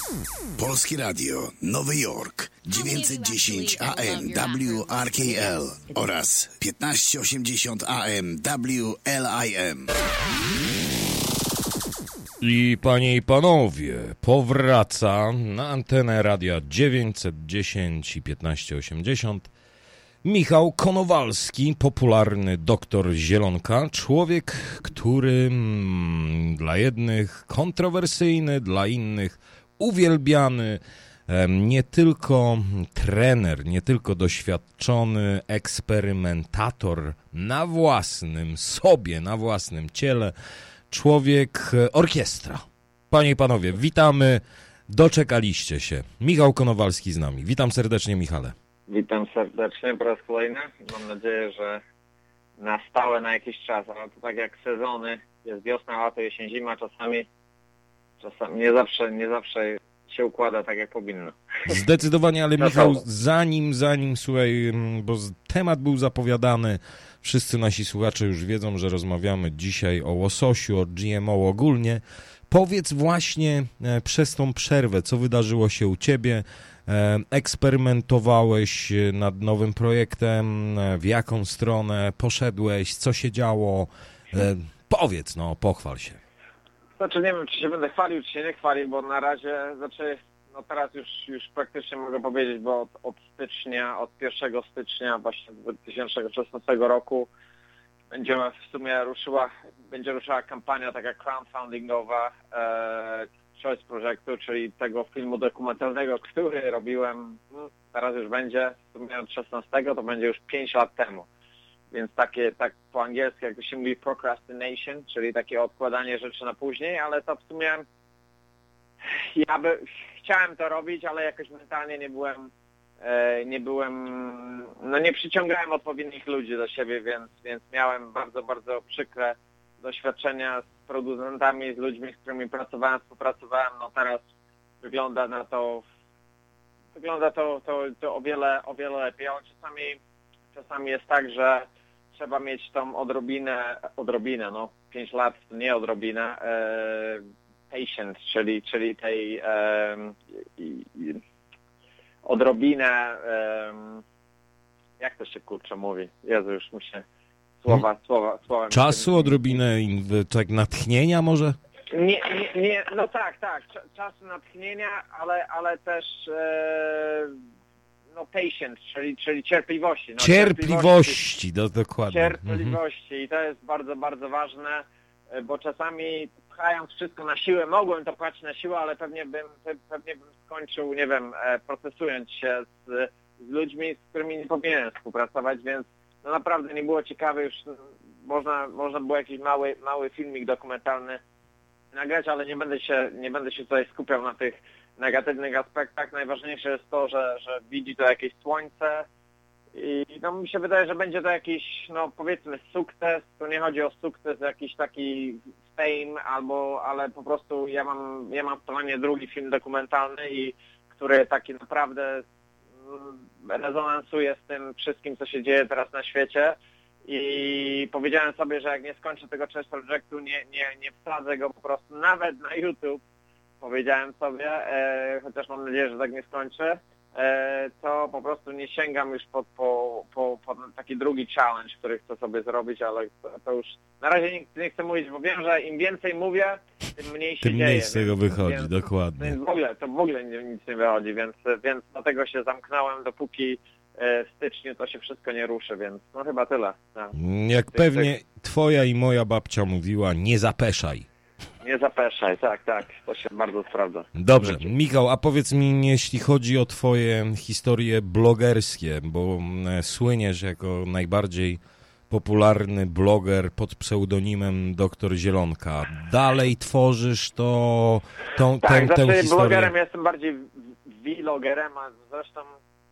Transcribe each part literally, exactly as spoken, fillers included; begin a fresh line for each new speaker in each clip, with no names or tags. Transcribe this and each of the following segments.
Polskie Radio, Nowy Jork, dziewięćset dziesięć A M W R K L oraz piętnaście osiemdziesiąt A M W L I M.
I panie i panowie, powraca na antenę radia dziewięćset dziesięć i piętnaście osiemdziesiąt Michał Konowalski, popularny doktor Zielonka, człowiek, który mm, dla jednych kontrowersyjny, dla innych uwielbiany, nie tylko trener, nie tylko doświadczony eksperymentator na własnym sobie, na własnym ciele, człowiek orkiestra. Panie i panowie, witamy, doczekaliście się. Michał Konowalski z nami. Witam serdecznie, Michale.
Witam serdecznie po raz kolejny. Mam nadzieję, że na stałe, na jakiś czas, ale to tak jak sezony, jest wiosna, lato, jesień, zima, czasami, czasami nie zawsze, nie zawsze się układa tak, jak powinno.
Zdecydowanie, ale Michał, zanim, zanim, słuchaj, bo temat był zapowiadany, wszyscy nasi słuchacze już wiedzą, że rozmawiamy dzisiaj o łososiu, o G M O ogólnie. Powiedz właśnie przez tą przerwę, co wydarzyło się u ciebie, eksperymentowałeś nad nowym projektem, w jaką stronę poszedłeś, co się działo, powiedz, no, pochwal się.
Znaczy nie wiem, czy się będę chwalił, czy się nie chwalił, bo na razie, znaczy, no teraz już, już praktycznie mogę powiedzieć, bo od, od stycznia, od pierwszego stycznia właśnie dwa tysiące szesnastego roku będzie w sumie ruszyła, będzie ruszyła kampania taka crowdfundingowa e, Choice Projektu, czyli tego filmu dokumentalnego, który robiłem, no, teraz już będzie, w sumie od szesnastego, to będzie już pięć lat temu. Więc takie, tak po angielsku, jak to się mówi, procrastination, czyli takie odkładanie rzeczy na później, ale to w sumie ja by, chciałem to robić, ale jakoś mentalnie nie byłem, e, nie byłem, no nie przyciągałem odpowiednich ludzi do siebie, więc, więc miałem bardzo, bardzo przykre doświadczenia z producentami, z ludźmi, z którymi pracowałem, współpracowałem. No teraz wygląda na to, wygląda to, to, to o wiele, o wiele lepiej, ale czasami, czasami jest tak, że trzeba mieć tą odrobinę, odrobinę, no pięć lat to nie odrobinę, e, patient, czyli, czyli tej e, i, i, odrobinę, e, jak to się kurczę mówi? Jezu, już mi się słowa, hmm. słowa, słowa.
Czasu, odrobinę, tak natchnienia może?
Nie, nie, nie, no tak, tak, czasu natchnienia, ale, ale też e, no patient, czyli, czyli cierpliwości. No,
cierpliwości, cierpliwości, do, dokładnie.
Cierpliwości i to jest bardzo, bardzo ważne, bo czasami pchając wszystko na siłę, mogłem to pchać na siłę, ale pewnie bym, pewnie bym skończył, nie wiem, procesując się z, z ludźmi, z którymi nie powinienem współpracować, więc no naprawdę nie było ciekawe, już można, można było jakiś mały, mały filmik dokumentalny nagrać, ale nie będę się, nie będę się tutaj skupiał na tych negatywnych aspektach. Najważniejsze jest to, że, że widzi to jakieś słońce i no mi się wydaje, że będzie to jakiś, no powiedzmy sukces. Tu nie chodzi o sukces, jakiś taki fame, albo, ale po prostu ja mam, ja mam w planie drugi film dokumentalny, i który taki naprawdę rezonansuje z tym wszystkim, co się dzieje teraz na świecie. I powiedziałem sobie, że jak nie skończę tego Choice Projektu, nie, nie, nie wsadzę go po prostu nawet na YouTube. Powiedziałem sobie, e, chociaż mam nadzieję, że tak nie skończę, e, to po prostu nie sięgam już po, po, po, po taki drugi challenge, który chcę sobie zrobić, ale to, to już na razie nie, nie chcę mówić, bo wiem, że im więcej mówię, tym mniej się
tym
dzieje.
Tym mniej z tego
więc,
wychodzi,
więc,
dokładnie.
Więc w ogóle, to w ogóle nic nie wychodzi, więc, więc dlatego się zamknąłem, dopóki w styczniu to się wszystko nie ruszy, więc no chyba tyle. No.
Jak tych, pewnie tych... twoja i moja babcia mówiła, nie zapeszaj.
Nie zapeszaj, tak, tak, to się bardzo sprawdza.
Dobrze, Michał, a powiedz mi, jeśli chodzi o twoje historie blogerskie, bo słyniesz jako najbardziej popularny bloger pod pseudonimem doktor Zielonka. Dalej tworzysz to, tą,
tak,
tę,
znaczy,
tę historię?
Blogerem jestem bardziej vlogerem, a zresztą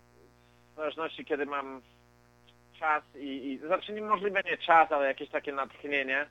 w zależności kiedy mam czas i, i znaczy niemożliwe nie czas, ale jakieś takie natchnienie,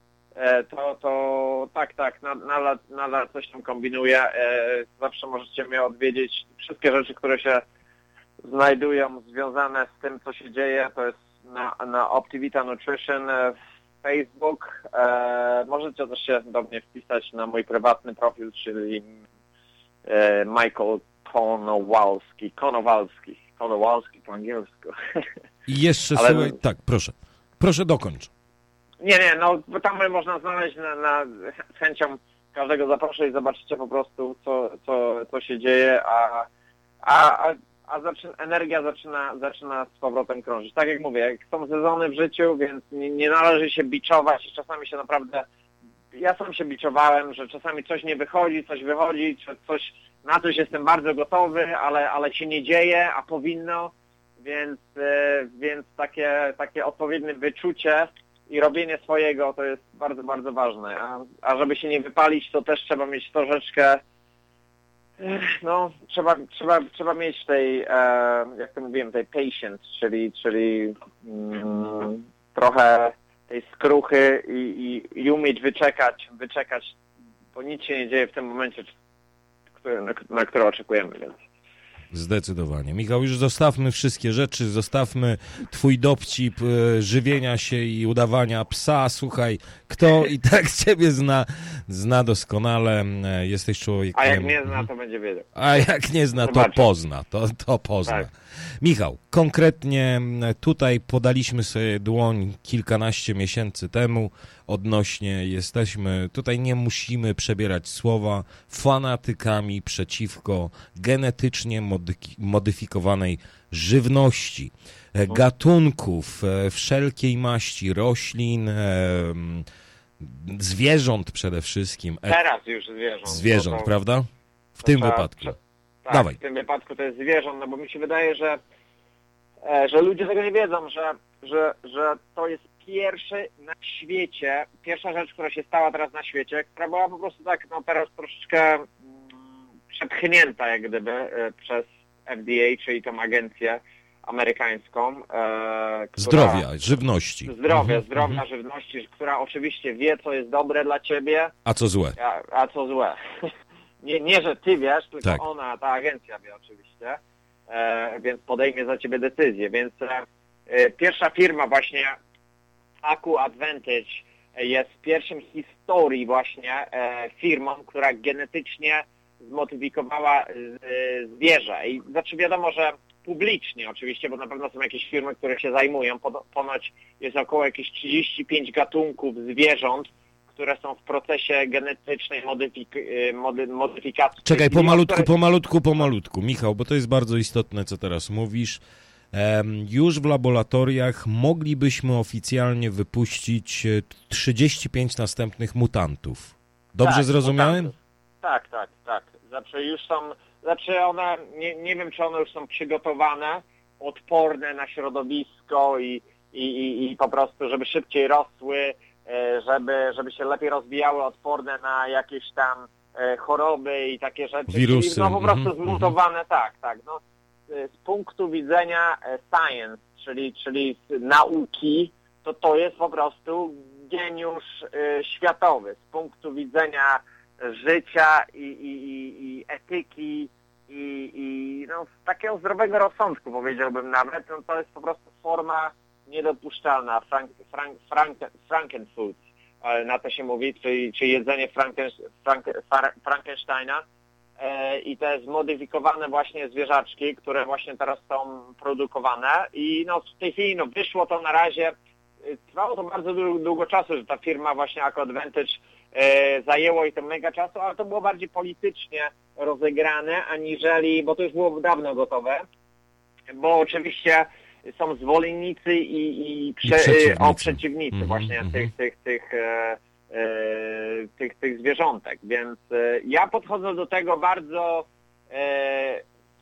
to, to tak, tak, nadal, nadal coś tam kombinuję. Zawsze możecie mnie odwiedzić. Wszystkie rzeczy, które się znajdują związane z tym, co się dzieje, to jest na, na Optivita Nutrition Facebook. Możecie też się do mnie wpisać na mój prywatny profil, czyli Michael Konowalski, Konowalski, Konowalski po angielsku.
I jeszcze,
Ale...
słuchaj, tak, proszę, proszę dokończ.
Nie, nie, no bo tam można znaleźć na, na z chęcią każdego zaproszę i zobaczycie po prostu, co, co, co się dzieje, a, a, a, a zaczyna, energia zaczyna, zaczyna z powrotem krążyć. Tak jak mówię, są sezony w życiu, więc nie, nie należy się biczować i czasami się naprawdę, ja sam się biczowałem, że czasami coś nie wychodzi, coś wychodzi, coś, na coś jestem bardzo gotowy, ale, ale się nie dzieje, a powinno, więc, więc takie, takie odpowiednie wyczucie i robienie swojego to jest bardzo, bardzo ważne. A, a żeby się nie wypalić, to też trzeba mieć troszeczkę, no, trzeba, trzeba, trzeba mieć tej, e, jak to mówiłem, tej patience, czyli, czyli mm, trochę tej skruchy i, i, i umieć wyczekać, wyczekać, bo nic się nie dzieje w tym momencie, który, na, na który oczekujemy, więc.
Zdecydowanie. Michał, już zostawmy wszystkie rzeczy, zostawmy twój dowcip e, żywienia się i udawania psa. Słuchaj, kto i tak ciebie zna, zna doskonale. E, jesteś człowiekiem...
A jak nie zna, to będzie wiedział.
A jak nie zna, to
Zobaczę.
pozna. To, to pozna.
Tak.
Michał, konkretnie tutaj podaliśmy sobie dłoń kilkanaście miesięcy temu odnośnie, jesteśmy, tutaj nie musimy przebierać słowa, fanatykami przeciwko genetycznie modyki, modyfikowanej żywności, gatunków wszelkiej maści, roślin, zwierząt przede wszystkim.
Teraz już zwierząt.
Zwierząt,
to,
prawda? W tym
ta,
wypadku.
Tak,
Dawaj.
w tym wypadku to jest zwierząt, no bo mi się wydaje, że, że ludzie tego nie wiedzą, że, że, że to jest pierwszy na świecie, pierwsza rzecz, która się stała teraz na świecie, która była po prostu tak, no teraz troszeczkę mm, przepchnięta jak gdyby e, przez F D A, czyli tą agencję amerykańską. E, która,
zdrowia, żywności.
Zdrowia,
Mhm,
zdrowia,
mhm.
żywności, która oczywiście wie, co jest dobre dla ciebie.
A co złe.
A, a co złe. Nie, nie, że ty wiesz, tylko
tak.
ona, ta agencja wie oczywiście, e, więc podejmie za ciebie decyzję. Więc e, pierwsza firma właśnie Aku Advantage jest pierwszym w historii właśnie e, firmą, która genetycznie zmodyfikowała e, zwierzę. I znaczy wiadomo, że publicznie oczywiście, bo na pewno są jakieś firmy, które się zajmują, ponoć jest około jakieś trzydzieści pięć gatunków zwierząt, które są w procesie genetycznej modyfik- mody, modyfikacji.
Czekaj,
Czyli
pomalutku,
które...
pomalutku, pomalutku. Michał, bo to jest bardzo istotne, co teraz mówisz. Um, już w laboratoriach moglibyśmy oficjalnie wypuścić trzydzieści pięć następnych mutantów. Dobrze
tak,
zrozumiałem?
Mutantów. Tak, tak, tak. Znaczy już są, znaczy one, nie, nie wiem, czy one już są przygotowane, odporne na środowisko i, i, i, i po prostu, żeby szybciej rosły, żeby, żeby się lepiej rozwijały, odporne na jakieś tam e, choroby i takie rzeczy.
Wirusy.
Czyli, no po prostu
mm-hmm.
zmutowane, tak, tak. No, z punktu widzenia science, czyli, czyli nauki, to to jest po prostu geniusz e, światowy. Z punktu widzenia życia i, i, i, i etyki i, i no, takiego zdrowego rozsądku, powiedziałbym nawet, no, to jest po prostu forma niedopuszczalna, frank, frank, frank, frankenfood, na to się mówi, czyli, czyli jedzenie franken, frank, Frankensteina e, i te zmodyfikowane właśnie zwierzaczki, które właśnie teraz są produkowane i no w tej chwili no wyszło to na razie, trwało to bardzo długo, długo czasu, że ta firma właśnie Aku Advantage e, zajęło jej to mega czasu, ale to było bardziej politycznie rozegrane, aniżeli, bo to już było dawno gotowe, bo oczywiście są zwolennicy i, i, prze, I przeciwnicy, o, przeciwnicy mm-hmm, właśnie mm-hmm. tych, tych, tych, e, e, tych, tych zwierzątek. Więc e, ja podchodzę do tego bardzo, e,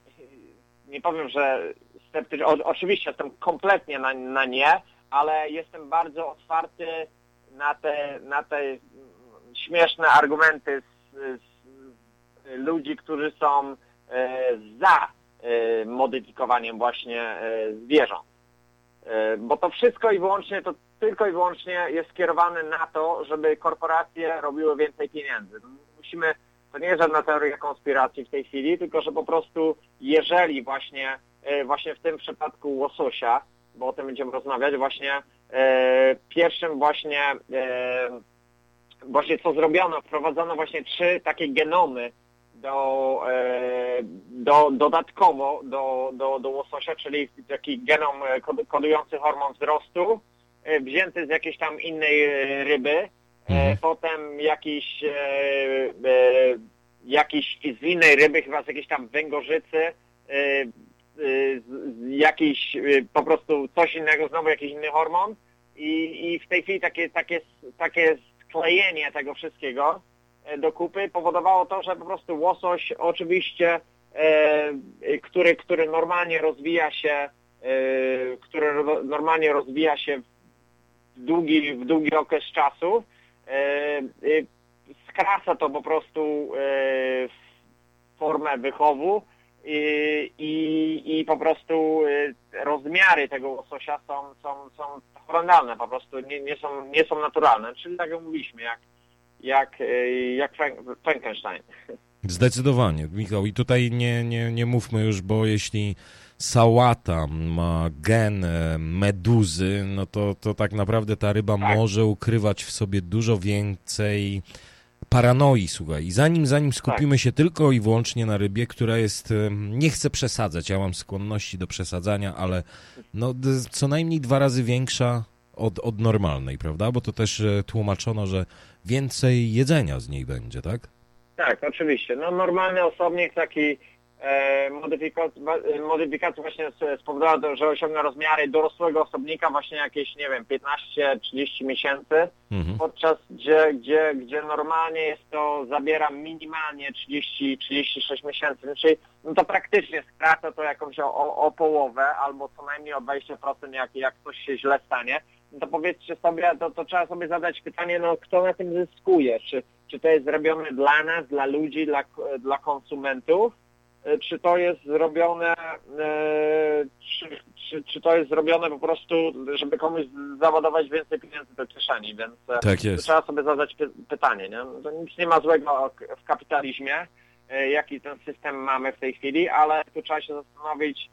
nie powiem, że sceptycznie, o, oczywiście jestem kompletnie na, na nie, ale jestem bardzo otwarty na te, na te śmieszne argumenty z, z ludzi, którzy są e, za modyfikowaniem właśnie zwierząt. Bo to wszystko i wyłącznie, to tylko i wyłącznie jest skierowane na to, żeby korporacje robiły więcej pieniędzy. Musimy, to nie jest żadna teoria konspiracji w tej chwili, tylko że po prostu jeżeli właśnie, właśnie w tym przypadku łososia, bo o tym będziemy rozmawiać, właśnie pierwszym właśnie, właśnie co zrobiono, wprowadzono właśnie trzy takie genomy do, do dodatkowo do, do, do łososia, czyli taki genom kodujący hormon wzrostu, wzięty z jakiejś tam innej ryby, mhm. potem jakiś, jakiś z innej ryby, chyba z jakiejś tam węgorzycy, jakiś po prostu coś innego, znowu jakiś inny hormon i, i w tej chwili takie, takie, takie sklejenie tego wszystkiego do kupy powodowało to, że po prostu łosoś oczywiście, e, który, który normalnie rozwija się, e, który normalnie rozwija się w długi, w długi okres czasu, e, e, skraca to po prostu e, formę wychowu i, i, i po prostu rozmiary tego łososia są, są, są horrendalne, po prostu nie, nie, są, nie są naturalne, czyli tak jak mówiliśmy, jak jak, jak Frankenstein.
Zdecydowanie, Michał. I tutaj nie, nie, nie mówmy już, bo jeśli sałata ma gen meduzy, no to, to tak naprawdę ta ryba tak. może ukrywać w sobie dużo więcej paranoi, słuchaj. I zanim, zanim skupimy tak. się tylko i wyłącznie na rybie, która jest, nie chcę przesadzać, ja mam skłonności do przesadzania, ale no, co najmniej dwa razy większa od, od normalnej, prawda? Bo to też tłumaczono, że więcej jedzenia z niej będzie, tak?
Tak, oczywiście. No normalny osobnik taki e, modyfikacja, modyfikacja właśnie spowodowała, że osiąga rozmiary dorosłego osobnika właśnie jakieś, nie wiem, piętnaście trzydzieści miesięcy, mhm. podczas gdzie, gdzie, gdzie normalnie jest to, zabiera minimalnie trzydzieści trzydzieści sześć miesięcy, czyli no to praktycznie skraca to jakąś o, o połowę albo co najmniej o dwadzieścia procent jak, jak coś się źle stanie. No to powiedzcie sobie, to, to trzeba sobie zadać pytanie, no kto na tym zyskuje? Czy, czy to jest zrobione dla nas, dla ludzi, dla, dla konsumentów? Czy to jest zrobione, e, czy, czy, czy to jest zrobione po prostu, żeby komuś załadować więcej pieniędzy do kieszeni? Więc
tak jest.
Trzeba sobie zadać py pytanie. Nie? To nic nie ma złego w kapitalizmie, e, jaki ten system mamy w tej chwili, ale tu trzeba się zastanowić,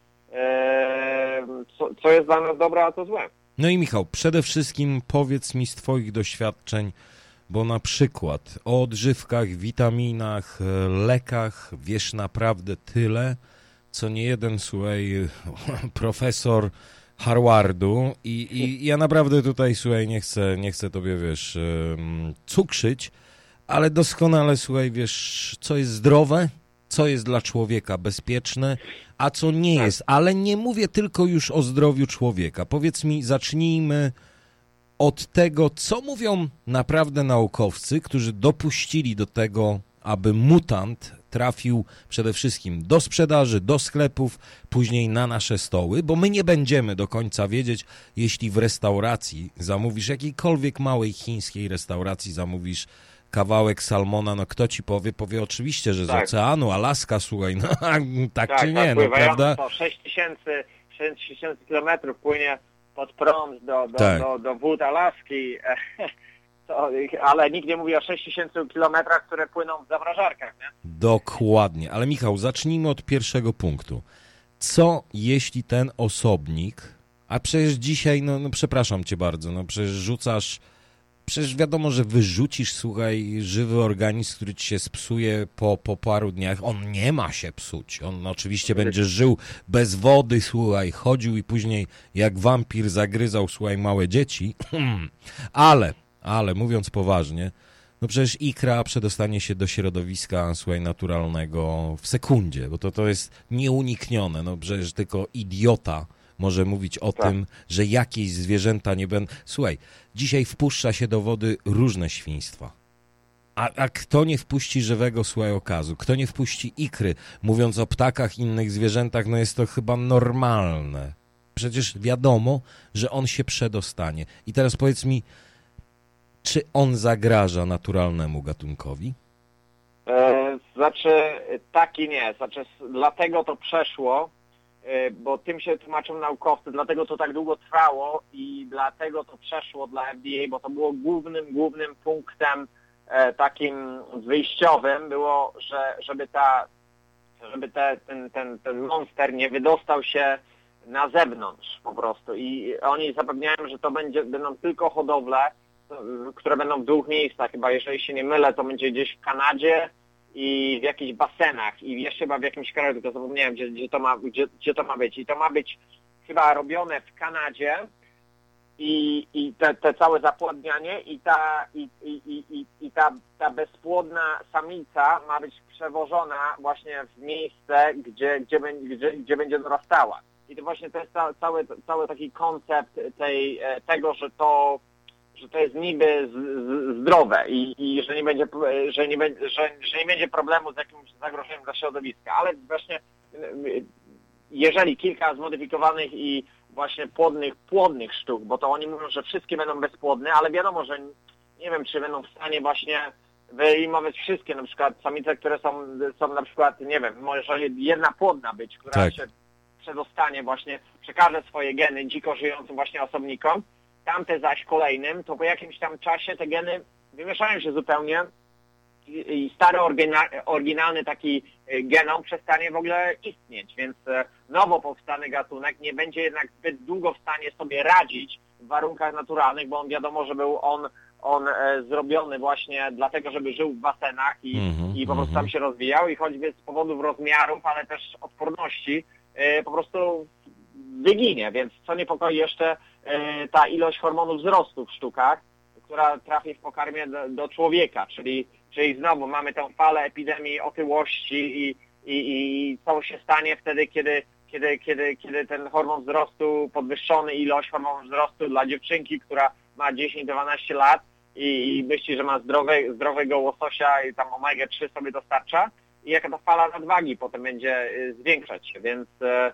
e, co, co jest dla nas dobre, a co złe.
No i Michał, przede wszystkim powiedz mi z twoich doświadczeń, bo na przykład o odżywkach, witaminach, lekach wiesz naprawdę tyle, co nie jeden, słuchaj, profesor Harvardu i, i ja naprawdę tutaj, słuchaj, nie chcę, nie chcę tobie, wiesz, cukrzyć, ale doskonale, słuchaj, wiesz, co jest zdrowe, co jest dla człowieka bezpieczne, a co nie jest. Ale nie mówię tylko już o zdrowiu człowieka. Powiedz mi, zacznijmy od tego, co mówią naprawdę naukowcy, którzy dopuścili do tego, aby mutant trafił przede wszystkim do sprzedaży, do sklepów, później na nasze stoły, bo my nie będziemy do końca wiedzieć, jeśli w restauracji zamówisz, jakiejkolwiek małej chińskiej restauracji zamówisz kawałek salmona, no kto ci powie? Powie oczywiście, że z tak. oceanu, Alaska, słuchaj, no tak, tak czy nie, no prawda?
To sześć tysięcy kilometrów płynie pod prąd do, do, tak. do, do wód Alaski, to, ale nikt nie mówi o sześć tysięcy kilometrach, które płyną w zamrażarkach, nie?
Dokładnie, ale Michał, zacznijmy od pierwszego punktu. Co jeśli ten osobnik, a przecież dzisiaj, no, no przepraszam cię bardzo, no przecież rzucasz, przecież wiadomo, że wyrzucisz, słuchaj, żywy organizm, który ci się spsuje po, po paru dniach. On nie ma się psuć. On oczywiście będzie żył bez wody, słuchaj, chodził i później jak wampir zagryzał, słuchaj, małe dzieci. ale, ale mówiąc poważnie, no przecież ikra przedostanie się do środowiska, słuchaj, naturalnego w sekundzie, bo to, to jest nieuniknione. No przecież tylko idiota może mówić o tak. tym, że jakieś zwierzęta nie będą... Słuchaj, dzisiaj wpuszcza się do wody różne świństwa. A, a kto nie wpuści żywego, słuchaj, okazu? Kto nie wpuści ikry? Mówiąc o ptakach, innych zwierzętach, no jest to chyba normalne. Przecież wiadomo, że on się przedostanie. I teraz powiedz mi, czy on zagraża naturalnemu gatunkowi?
E, znaczy, tak i nie. Znaczy, dlatego to przeszło, bo tym się tłumaczą naukowcy, dlatego to tak długo trwało i dlatego to przeszło dla F D A, bo to było głównym, głównym punktem e, takim wyjściowym, było, że żeby ta, żeby te, ten, ten, ten monster nie wydostał się na zewnątrz po prostu i oni zapewniają, że to będzie, będą tylko hodowle, które będą w dwóch miejscach, chyba jeżeli się nie mylę, to będzie gdzieś w Kanadzie i w jakichś basenach i jeszcze chyba w jakimś kraju, tylko zapomniałem, gdzie, gdzie, to ma, gdzie, gdzie to ma być. I to ma być chyba robione w Kanadzie i, i te, te całe zapłodnianie i ta, i, i, i, i ta, ta bezpłodna samica ma być przewożona właśnie w miejsce, gdzie, gdzie, gdzie, gdzie będzie dorastała. I to właśnie to jest ca, cały, cały taki koncept tej, tego, że to że to jest niby z, z, zdrowe i, i że nie będzie, że nie będzie, że, że nie będzie problemu z jakimś zagrożeniem dla środowiska, ale właśnie jeżeli kilka zmodyfikowanych i właśnie płodnych, płodnych sztuk, bo to oni mówią, że wszystkie będą bezpłodne, ale wiadomo, że nie wiem, czy będą w stanie właśnie wyejmować wszystkie, na przykład samice, które są, są na przykład, nie wiem, może jedna płodna być, która tak się przedostanie właśnie, przekaże swoje geny dziko żyjącym właśnie osobnikom, tamte zaś kolejnym, to po jakimś tam czasie te geny wymieszają się zupełnie i, i stary orygina, oryginalny taki genom przestanie w ogóle istnieć, więc nowo powstany gatunek nie będzie jednak zbyt długo w stanie sobie radzić w warunkach naturalnych, bo on wiadomo, że był on, on e, zrobiony właśnie dlatego, żeby żył w basenach i, mm-hmm, i po prostu tam się rozwijał i choćby z powodów rozmiarów, ale też odporności e, po prostu wyginie, więc co niepokoi jeszcze e, ta ilość hormonów wzrostu w sztukach, która trafi w pokarmie do, do człowieka, czyli, czyli znowu mamy tę falę epidemii otyłości i, i, i co się stanie wtedy, kiedy, kiedy, kiedy, kiedy ten hormon wzrostu, podwyższony ilość hormonów wzrostu dla dziewczynki, która ma dziesięć do dwunastu lat i, i myśli, że ma zdrowe, zdrowego łososia i tam omega trzy sobie dostarcza i jaka ta fala nadwagi potem będzie zwiększać się, więc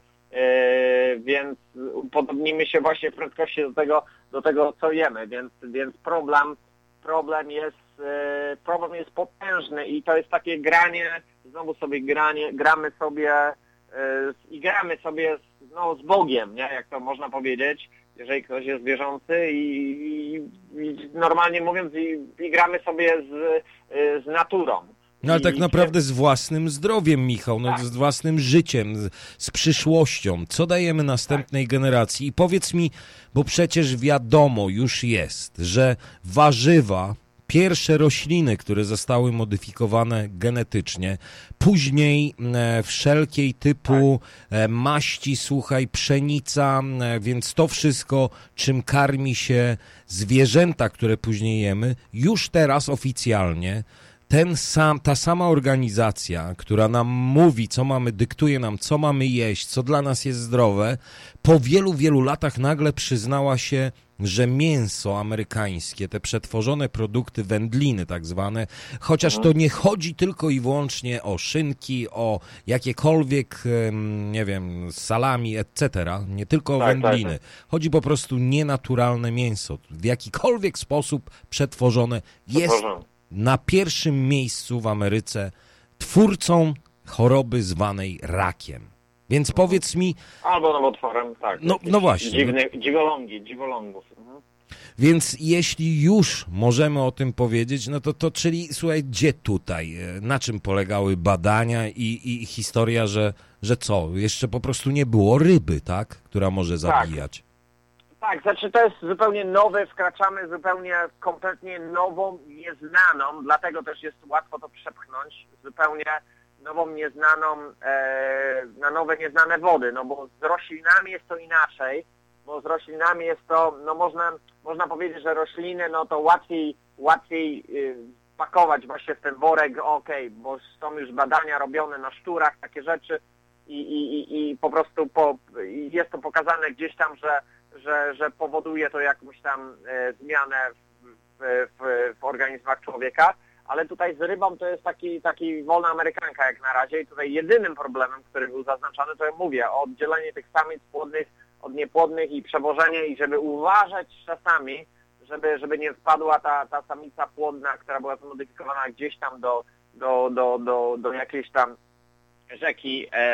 Yy, więc upodobnimy się właśnie w prędkości do tego, do tego co jemy, więc, więc problem, problem jest yy, problem jest potężny i to jest takie granie, znowu sobie granie, gramy sobie yy, i gramy sobie z, no, z Bogiem, nie? Jak to można powiedzieć, jeżeli ktoś jest wierzący i, i, i normalnie mówiąc i, i gramy sobie z, yy, z naturą.
No ale tak naprawdę z własnym zdrowiem, Michał, no, tak. z własnym życiem, z, z przyszłością. Co dajemy następnej tak. generacji? I powiedz mi, bo przecież wiadomo już jest, że warzywa, pierwsze rośliny, które zostały modyfikowane genetycznie, później e, wszelkiej typu e, maści, słuchaj, pszenica, e, więc to wszystko, czym karmi się zwierzęta, które później jemy, już teraz oficjalnie ten sam, ta sama organizacja, która nam mówi, co mamy, dyktuje nam, co mamy jeść, co dla nas jest zdrowe, po wielu, wielu latach nagle przyznała się, że mięso amerykańskie, te przetworzone produkty, wędliny tak zwane, chociaż to nie chodzi tylko i wyłącznie o szynki, o jakiekolwiek, nie wiem, salami, et cetera, nie tylko o tak, wędliny. Tak, tak. Chodzi po prostu nienaturalne mięso, w jakikolwiek sposób przetworzone jest na pierwszym miejscu w Ameryce twórcą choroby zwanej rakiem. Więc mhm. powiedz mi...
Albo nowotworem, tak.
No, no właśnie.
Dziwny, dziwolągi, dziwolągów. Mhm.
Więc jeśli już możemy o tym powiedzieć, no to, to czyli słuchaj, gdzie tutaj, na czym polegały badania i, i historia, że, że co, jeszcze po prostu nie było ryby, tak? Która może zabijać.
Tak. Tak, znaczy to jest zupełnie nowe, wkraczamy zupełnie kompletnie nową, nieznaną, dlatego też jest łatwo to przepchnąć, zupełnie nową, nieznaną, e, na nowe, nieznane wody, no bo z roślinami jest to inaczej, bo z roślinami jest to, no można, można powiedzieć, że rośliny, no to łatwiej, łatwiej y, pakować właśnie w ten worek, okej, okay, bo są już badania robione na szczurach, takie rzeczy i, i, i, i po prostu po, jest to pokazane gdzieś tam, że Że, że powoduje to jakąś tam e, zmianę w, w, w, w organizmach człowieka, ale tutaj z rybą to jest taki, taki wolna amerykanka jak na razie i tutaj jedynym problemem, który był zaznaczony, to ja mówię o oddzielenie tych samic płodnych od niepłodnych i przewożenie i żeby uważać czasami, żeby, żeby nie wpadła ta, ta samica płodna, która była zmodyfikowana gdzieś tam do, do, do, do, do jakiejś tam rzeki, e,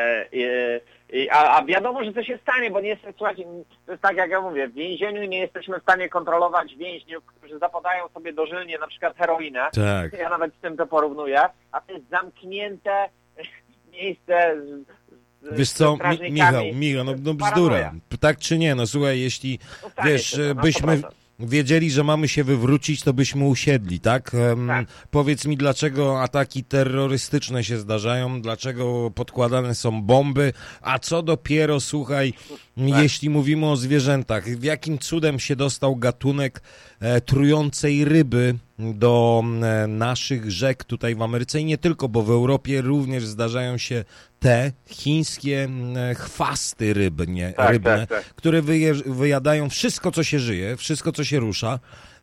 e, a, a wiadomo, że to się stanie, bo nie jest, słuchajcie, to jest tak jak ja mówię, w więzieniu nie jesteśmy w stanie kontrolować więźniów, którzy zapadają sobie dożylnie na przykład heroinę,
tak.
Ja nawet z tym to porównuję, a to jest zamknięte miejsce z, z,
wiesz co, Mi- Michał, Michał, no, no bzdura, tak czy nie, no słuchaj, jeśli,
no,
wiesz,
się to, no,
byśmy... wiedzieli, że mamy się wywrócić, to byśmy usiedli, tak?
Tak.
Powiedz mi, dlaczego ataki terrorystyczne się zdarzają, dlaczego podkładane są bomby, a co dopiero, słuchaj, tak. jeśli mówimy o zwierzętach, w jakim cudem się dostał gatunek e, trującej ryby do e, naszych rzek tutaj w Ameryce i nie tylko, bo w Europie również zdarzają się te chińskie e, chwasty rybnie,
tak,
rybne,
tak, tak.
które wyje, wyjadają wszystko, co się żyje, wszystko, co się rusza,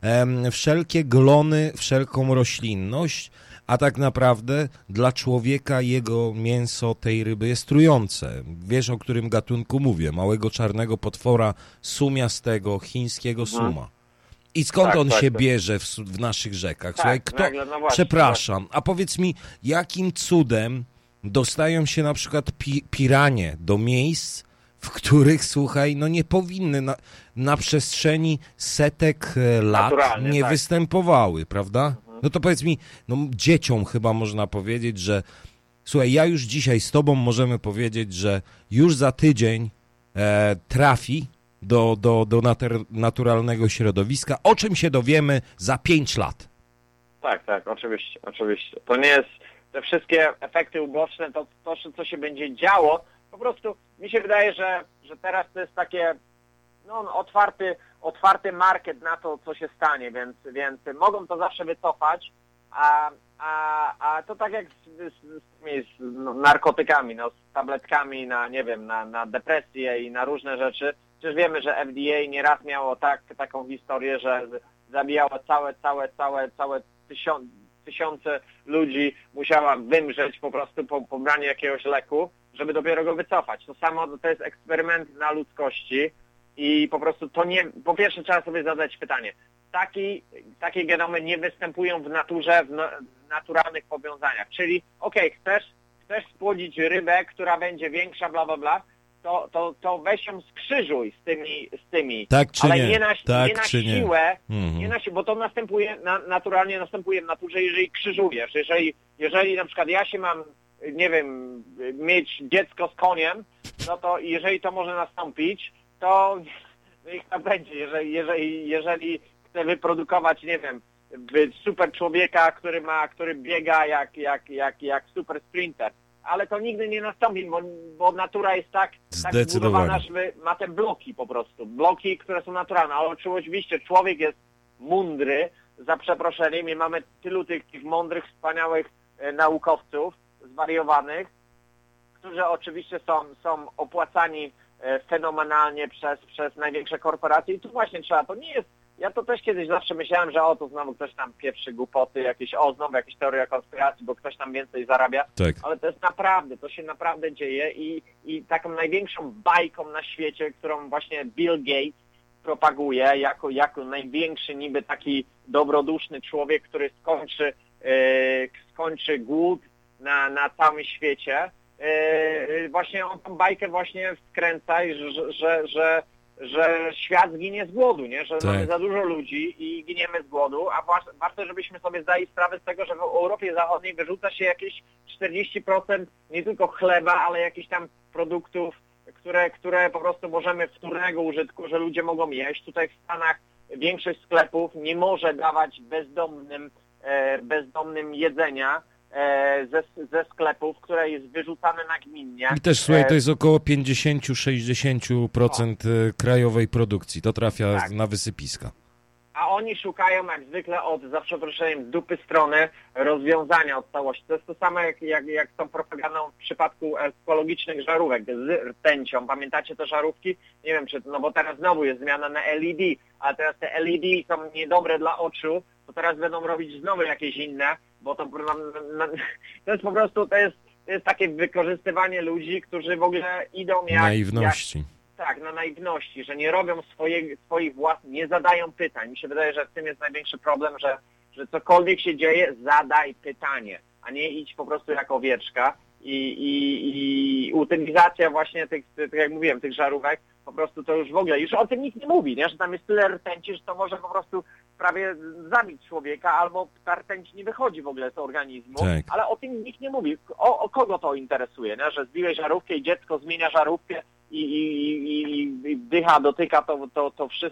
e, wszelkie glony, wszelką roślinność, a tak naprawdę dla człowieka jego mięso tej ryby jest trujące. Wiesz, o którym gatunku mówię? Małego czarnego potwora sumiastego, chińskiego
mhm.
suma. I skąd
tak,
on
tak,
się
tak.
bierze w, w naszych rzekach?
Tak,
Słuchaj, kto...
nagle, no właśnie,
Przepraszam, a powiedz mi, jakim cudem dostają się na przykład pi piranie do miejsc, w których, słuchaj, no nie powinny na, na przestrzeni setek lat
Naturalnie,
nie
tak.
występowały, prawda? Mhm. No to powiedz mi, no dzieciom chyba można powiedzieć, że słuchaj, ja już dzisiaj z tobą możemy powiedzieć, że już za tydzień e, trafi do, do, do naturalnego środowiska, o czym się dowiemy za pięć lat.
Tak, tak, oczywiście, oczywiście. To nie jest, te wszystkie efekty uboczne, to, to co się będzie działo, po prostu mi się wydaje, że, że teraz to jest takie, no, otwarty, otwarty market na to, co się stanie, więc, więc mogą to zawsze wycofać, a, a, a to tak jak z, z, z tymi z, no, narkotykami, no, z tabletkami na, nie wiem, na, na depresję i na różne rzeczy. Przecież wiemy, że F D A nieraz miało tak, taką historię, że zabijało całe, całe, całe, całe tysiące, tysiące ludzi, musiała wymrzeć po prostu po pobraniu jakiegoś leku, żeby dopiero go wycofać. To samo to jest eksperyment na ludzkości i po prostu to nie... Po pierwsze trzeba sobie zadać pytanie. Taki, takie genomy nie występują w naturze, w, na, w naturalnych powiązaniach. Czyli okej, okay, chcesz, chcesz spłodzić rybę, która będzie większa, bla, bla, bla, to, to, to weź ją skrzyżuj z tymi, z tymi.
Tak czy
ale
nie,
nie na,
tak
nie na
czy
siłę,
nie. Mhm.
nie na siłę, bo to następuje, na, naturalnie następuje w naturze, jeżeli krzyżujesz. Jeżeli, jeżeli na przykład ja się mam, nie wiem, mieć dziecko z koniem, no to jeżeli to może nastąpić, to niech to będzie. Jeżeli, jeżeli, jeżeli chcę wyprodukować, nie wiem, super człowieka, który ma, który biega jak, jak, jak, jak super sprinter, ale to nigdy nie nastąpi, bo, bo natura jest tak, tak zbudowana, że ma te bloki po prostu. Bloki, które są naturalne. Ale oczywiście człowiek jest mądry, za przeproszeniem, i mamy tylu tych, tych mądrych, wspaniałych e, naukowców, zwariowanych, którzy oczywiście są, są opłacani e, fenomenalnie przez, przez największe korporacje. I tu właśnie trzeba, to nie jest, ja to też kiedyś zawsze myślałem, że o, to znowu ktoś tam pieprzy głupoty, jakieś, o, znowu jakieś teoria konspiracji, bo ktoś tam więcej zarabia,
tak.
Ale to jest naprawdę, to się naprawdę dzieje i, i taką największą bajką na świecie, którą właśnie Bill Gates propaguje jako, jako największy niby taki dobroduszny człowiek, który skończy, e, skończy głód na, na całym świecie. E, właśnie on tą bajkę właśnie wkręca, że, że, że że świat zginie z głodu, nie? Że tak. Mamy za dużo ludzi i giniemy z głodu, a warto, żebyśmy sobie zdali sprawę z tego, że w Europie Zachodniej wyrzuca się jakieś czterdzieści procent nie tylko chleba, ale jakichś tam produktów, które, które po prostu możemy wtórnego użytku, że ludzie mogą jeść. Tutaj w Stanach większość sklepów nie może dawać bezdomnym, e, bezdomnym jedzenia, Ze, ze sklepów, które jest wyrzucane nagminnie.
I też, słuchaj, to jest około pięćdziesiąt do sześćdziesięciu procent o. krajowej produkcji. To trafia tak. na wysypiska.
A oni szukają jak zwykle od, za przeproszeniem, dupy strony rozwiązania od całości. To jest to samo jak, jak, jak tą propagandą w przypadku ekologicznych żarówek z rtęcią. Pamiętacie te żarówki? Nie wiem, czy, no bo teraz znowu jest zmiana na L E D, a teraz te L E D są niedobre dla oczu, to teraz będą robić znowu jakieś inne, bo to, to jest po prostu, to jest, to jest takie wykorzystywanie ludzi, którzy w ogóle idą jak...
Naiwności.
Jak, tak, na naiwności, że nie robią swoje, swoich własnych, nie zadają pytań. Mi się wydaje, że w tym jest największy problem, że, że cokolwiek się dzieje, zadaj pytanie, a nie idź po prostu jak owieczka. I, i, i utylizacja właśnie tych, tych, jak mówiłem, tych żarówek, po prostu to już w ogóle, już o tym nikt nie mówi, nie? Że tam jest tyle rtęci, że to może po prostu prawie zabić człowieka, albo ta rtęć nie wychodzi w ogóle z organizmu,
tak.
Ale o tym nikt nie mówi. O, o kogo to interesuje, nie? Że zbiłeś żarówkę i dziecko zmienia żarówkę i, i, i, i wdycha, dotyka to, to, to wszystko.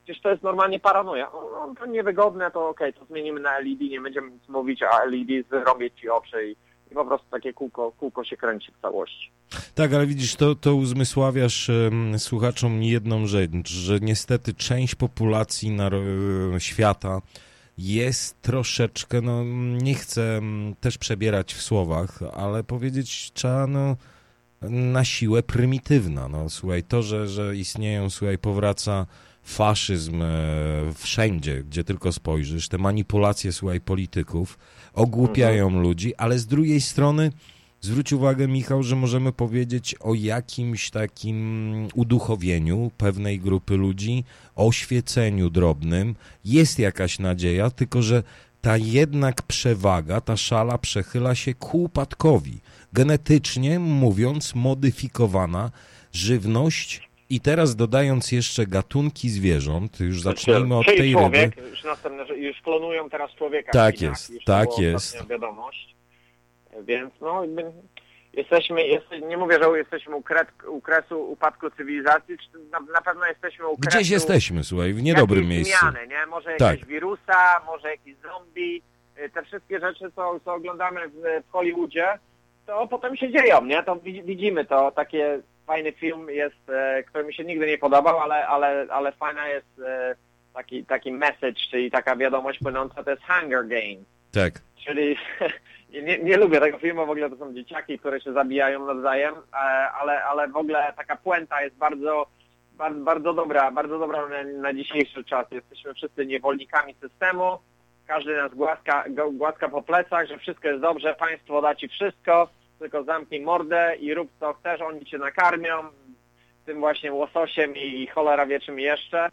przecież to jest normalnie paranoja. No, no to niewygodne, to okej, okay, to zmienimy na L E D, nie będziemy nic mówić, a L E D zrobię ci oczy i, i po prostu takie kółko, kółko się kręci w całości.
Tak, ale widzisz, to, to uzmysławiasz um, słuchaczom jedną rzecz, że niestety część populacji naro- świata jest troszeczkę, no nie chcę um, też przebierać w słowach, ale powiedzieć trzeba, no na siłę prymitywna. No słuchaj, to, że, że istnieją, słuchaj, powraca faszyzm e, wszędzie, gdzie tylko spojrzysz, te manipulacje, słuchaj, polityków ogłupiają mhm. ludzi, ale z drugiej strony zwróć uwagę, Michał, że możemy powiedzieć o jakimś takim uduchowieniu pewnej grupy ludzi, oświeceniu drobnym. Jest jakaś nadzieja, tylko że ta jednak przewaga, ta szala przechyla się ku upadkowi. Genetycznie mówiąc, modyfikowana żywność i teraz dodając jeszcze gatunki zwierząt, już zacznijmy od tej
człowiek,
ryby.
Już, następne, już klonują teraz człowieka.
Tak
Chiniach,
jest,
już
tak
to
jest.
Wiadomość. Więc no jesteśmy, jest, nie mówię, że jesteśmy u, kret, u kresu upadku cywilizacji, na, na pewno jesteśmy u kresu...
Gdzieś jesteśmy, słuchaj, w niedobrym miejscu.
Zmiany, nie? Może jakieś
tak.
wirusa, może jakiś zombie, te wszystkie rzeczy, co, co oglądamy w, w Hollywoodzie, to potem się dzieją, nie? To widzimy to, takie fajny film jest, e, który mi się nigdy nie podobał, ale, ale, ale fajna jest e, taki, taki message, czyli taka wiadomość płynąca, to jest Hunger Games.
Tak.
Czyli nie, nie lubię tego filmu, w ogóle to są dzieciaki, które się zabijają nawzajem, ale, ale w ogóle taka puenta jest bardzo, bardzo, bardzo dobra, bardzo dobra na, na dzisiejszy czas. Jesteśmy wszyscy niewolnikami systemu, każdy nas głaska, głaska po plecach, że wszystko jest dobrze, państwo da ci wszystko, tylko zamknij mordę i rób co chcesz, oni cię nakarmią, tym właśnie łososiem i cholera wie czym jeszcze.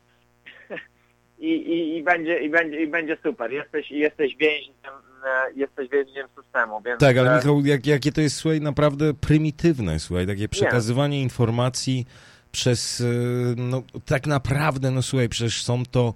I, i, i, będzie, i, będzie, i będzie super. Jesteś, jesteś więźniem, jesteś więźniem systemu. Więc...
Tak, ale Michał, jak, jakie to jest, słuchaj, naprawdę prymitywne, słuchaj, takie przekazywanie nie. informacji przez, no tak naprawdę, no słuchaj, przecież są to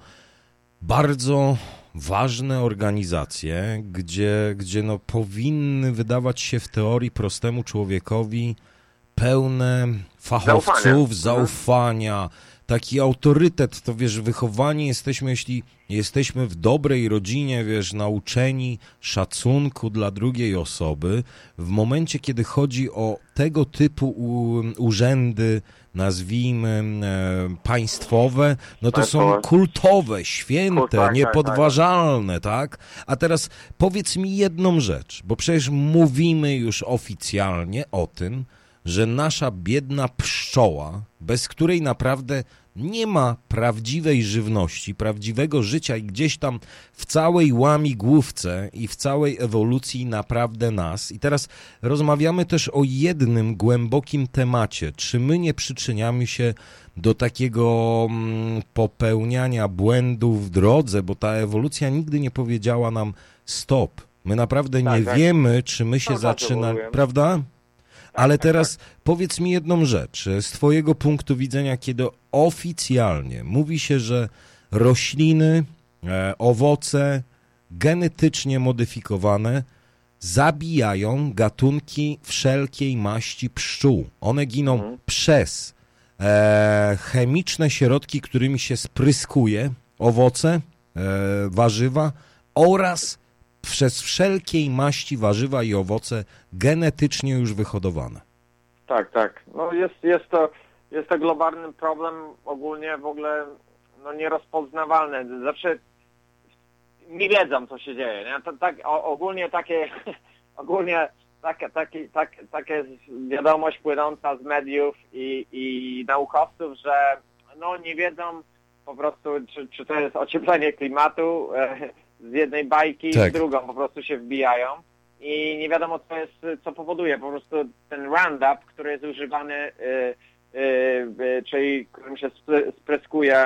bardzo ważne organizacje, gdzie, gdzie no powinny wydawać się w teorii prostemu człowiekowi pełne fachowców, zaufania, zaufania taki autorytet, to wiesz, wychowani jesteśmy, jeśli jesteśmy w dobrej rodzinie, wiesz, nauczeni szacunku dla drugiej osoby, w momencie, kiedy chodzi o tego typu u, urzędy, nazwijmy e, państwowe, no to są kultowe, święte, niepodważalne, tak? A teraz powiedz mi jedną rzecz, bo przecież mówimy już oficjalnie o tym, że nasza biedna pszczoła, bez której naprawdę nie ma prawdziwej żywności, prawdziwego życia i gdzieś tam w całej łamigłówce i w całej ewolucji naprawdę nas. I teraz rozmawiamy też o jednym głębokim temacie. Czy my nie przyczyniamy się do takiego mm, popełniania błędów w drodze, bo ta ewolucja nigdy nie powiedziała nam stop. My naprawdę tak, nie tak. wiemy, czy my się zaczynamy, prawda? Ale teraz powiedz mi jedną rzecz, z twojego punktu widzenia, kiedy oficjalnie mówi się, że rośliny, e, owoce genetycznie modyfikowane zabijają gatunki wszelkiej maści pszczół. One giną mhm. przez e, chemiczne środki, którymi się spryskuje owoce, e, warzywa oraz przez wszelkiej maści warzywa i owoce genetycznie już wyhodowane.
Tak, tak. No jest, jest, to, jest to globalny problem, ogólnie w ogóle no nierozpoznawalny. Zawsze nie wiedzą, co się dzieje. Nie? To, tak, o, ogólnie takie ogólnie taka, taki, tak, taka jest wiadomość płynąca z mediów i, i naukowców, że no nie wiedzą po prostu, czy, czy to jest ocieplenie klimatu, z jednej bajki tak. w drugą po prostu się wbijają i nie wiadomo, co jest, co powoduje. Po prostu ten Roundup, który jest używany, yy, yy, czyli którym się spryskuje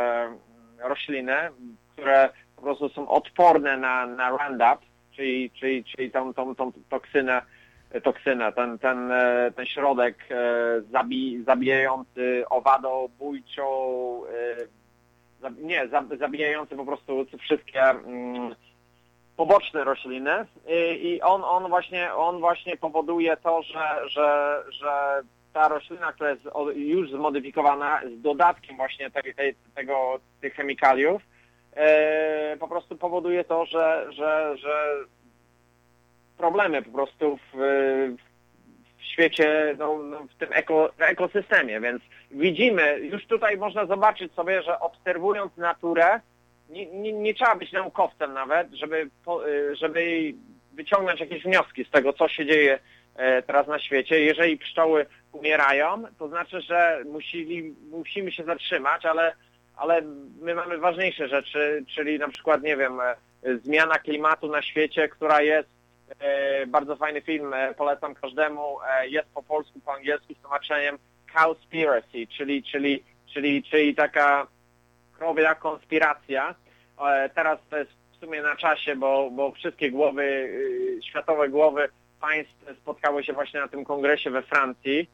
yy, rośliny, które po prostu są odporne na, na Roundup, czyli, czyli, czyli tą, tą, tą toksynę, toksynę ten, ten, ten środek yy, zabi, zabijający owadobójczą, yy, nie, zabijający po prostu wszystkie mm, poboczne rośliny i, i on, on, właśnie, on właśnie powoduje to, że, że, że ta roślina, która jest już zmodyfikowana z dodatkiem właśnie tej, tej, tego, tych chemikaliów, e, po prostu powoduje to, że, że, że problemy po prostu w, w świecie, no, w tym eko, ekosystemie, więc widzimy, już tutaj można zobaczyć sobie, że obserwując naturę, nie, nie, nie trzeba być naukowcem nawet, żeby, żeby wyciągnąć jakieś wnioski z tego, co się dzieje teraz na świecie. Jeżeli pszczoły umierają, to znaczy, że musili, musimy się zatrzymać, ale, ale my mamy ważniejsze rzeczy, czyli na przykład, nie wiem, zmiana klimatu na świecie, która jest, bardzo fajny film, polecam każdemu, jest po polsku, po angielsku z tłumaczeniem Cowspiracy, czyli, czyli, czyli, czyli taka krowia konspiracja. Teraz to jest w sumie na czasie, bo, bo wszystkie głowy, światowe głowy państw spotkały się właśnie na tym kongresie we Francji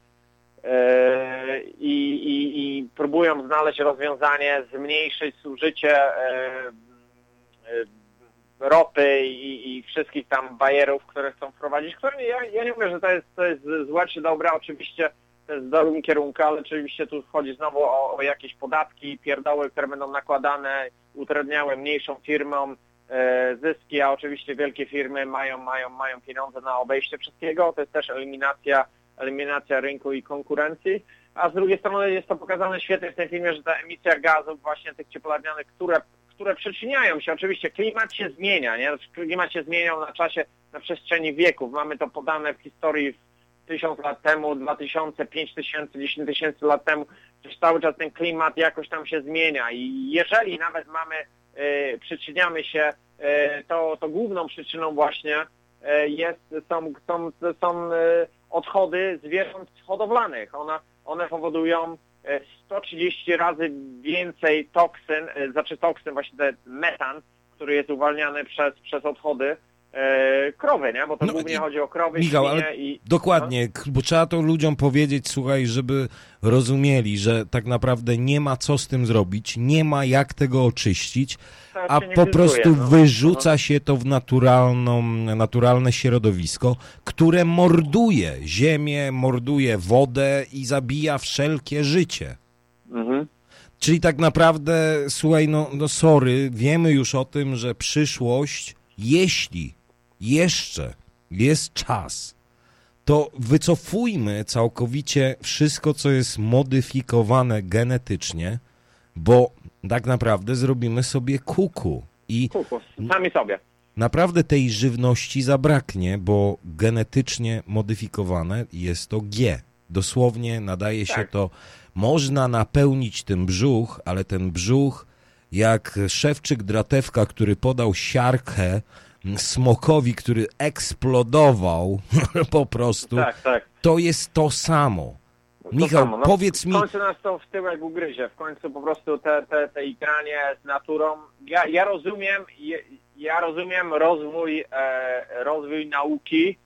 i, i, i próbują znaleźć rozwiązanie, zmniejszyć zużycie ropy i, i wszystkich tam bajerów, które chcą wprowadzić, które ja, ja nie mówię, że to jest, to jest złe czy dobre, oczywiście to jest w dobrym kierunku, ale oczywiście tu chodzi znowu o, o jakieś podatki, pierdoły, które będą nakładane, utrudniały mniejszą firmom e, zyski, a oczywiście wielkie firmy mają, mają, mają pieniądze na obejście wszystkiego, to jest też eliminacja, eliminacja rynku i konkurencji, a z drugiej strony jest to pokazane świetnie w tym filmie, że ta emisja gazów właśnie tych cieplarnianych, które które przyczyniają się, oczywiście klimat się zmienia, nie? Klimat się zmieniał na czasie, na przestrzeni wieków. Mamy to podane w historii tysiąc lat temu, dwa tysiące, pięć tysięcy, dziesięć tysięcy lat temu. Przecież cały czas ten klimat jakoś tam się zmienia i jeżeli nawet mamy, y, przyczyniamy się, y, to, to główną przyczyną właśnie y, jest, są, są, są y, odchody zwierząt hodowlanych. Ona, one powodują sto trzydzieści razy więcej toksyn, znaczy toksyn, właśnie ten metan, który jest uwalniany przez, przez odchody e, krowy, nie? Bo to no, głównie i, chodzi o krowy,
Michał,
świnie
ale
i...
Dokładnie, no? Bo trzeba to ludziom powiedzieć, słuchaj, żeby rozumieli, że tak naprawdę nie ma co z tym zrobić, nie ma jak tego oczyścić, a po prostu no. wyrzuca no. się to w naturalną, naturalne środowisko, które morduje ziemię, morduje wodę i zabija wszelkie życie. Mhm. Czyli tak naprawdę, słuchaj, no, no sorry, wiemy już o tym, że przyszłość, jeśli jeszcze jest czas, to wycofujmy całkowicie wszystko, co jest modyfikowane genetycznie, bo tak naprawdę zrobimy sobie kuku. I
kuku, sami sobie.
Naprawdę tej żywności zabraknie, bo genetycznie modyfikowane jest to G. Dosłownie nadaje się tak. to, można napełnić tym brzuch, ale ten brzuch, jak Szewczyk Dratewka, który podał siarkę smokowi, który eksplodował po prostu, tak, tak. to jest to samo. To Michał, samo. No, powiedz mi...
W końcu nas to w tyłek ugryzie, w końcu po prostu te, te, te igranie z naturą. Ja, ja rozumiem, ja rozumiem rozwój, e, rozwój nauki,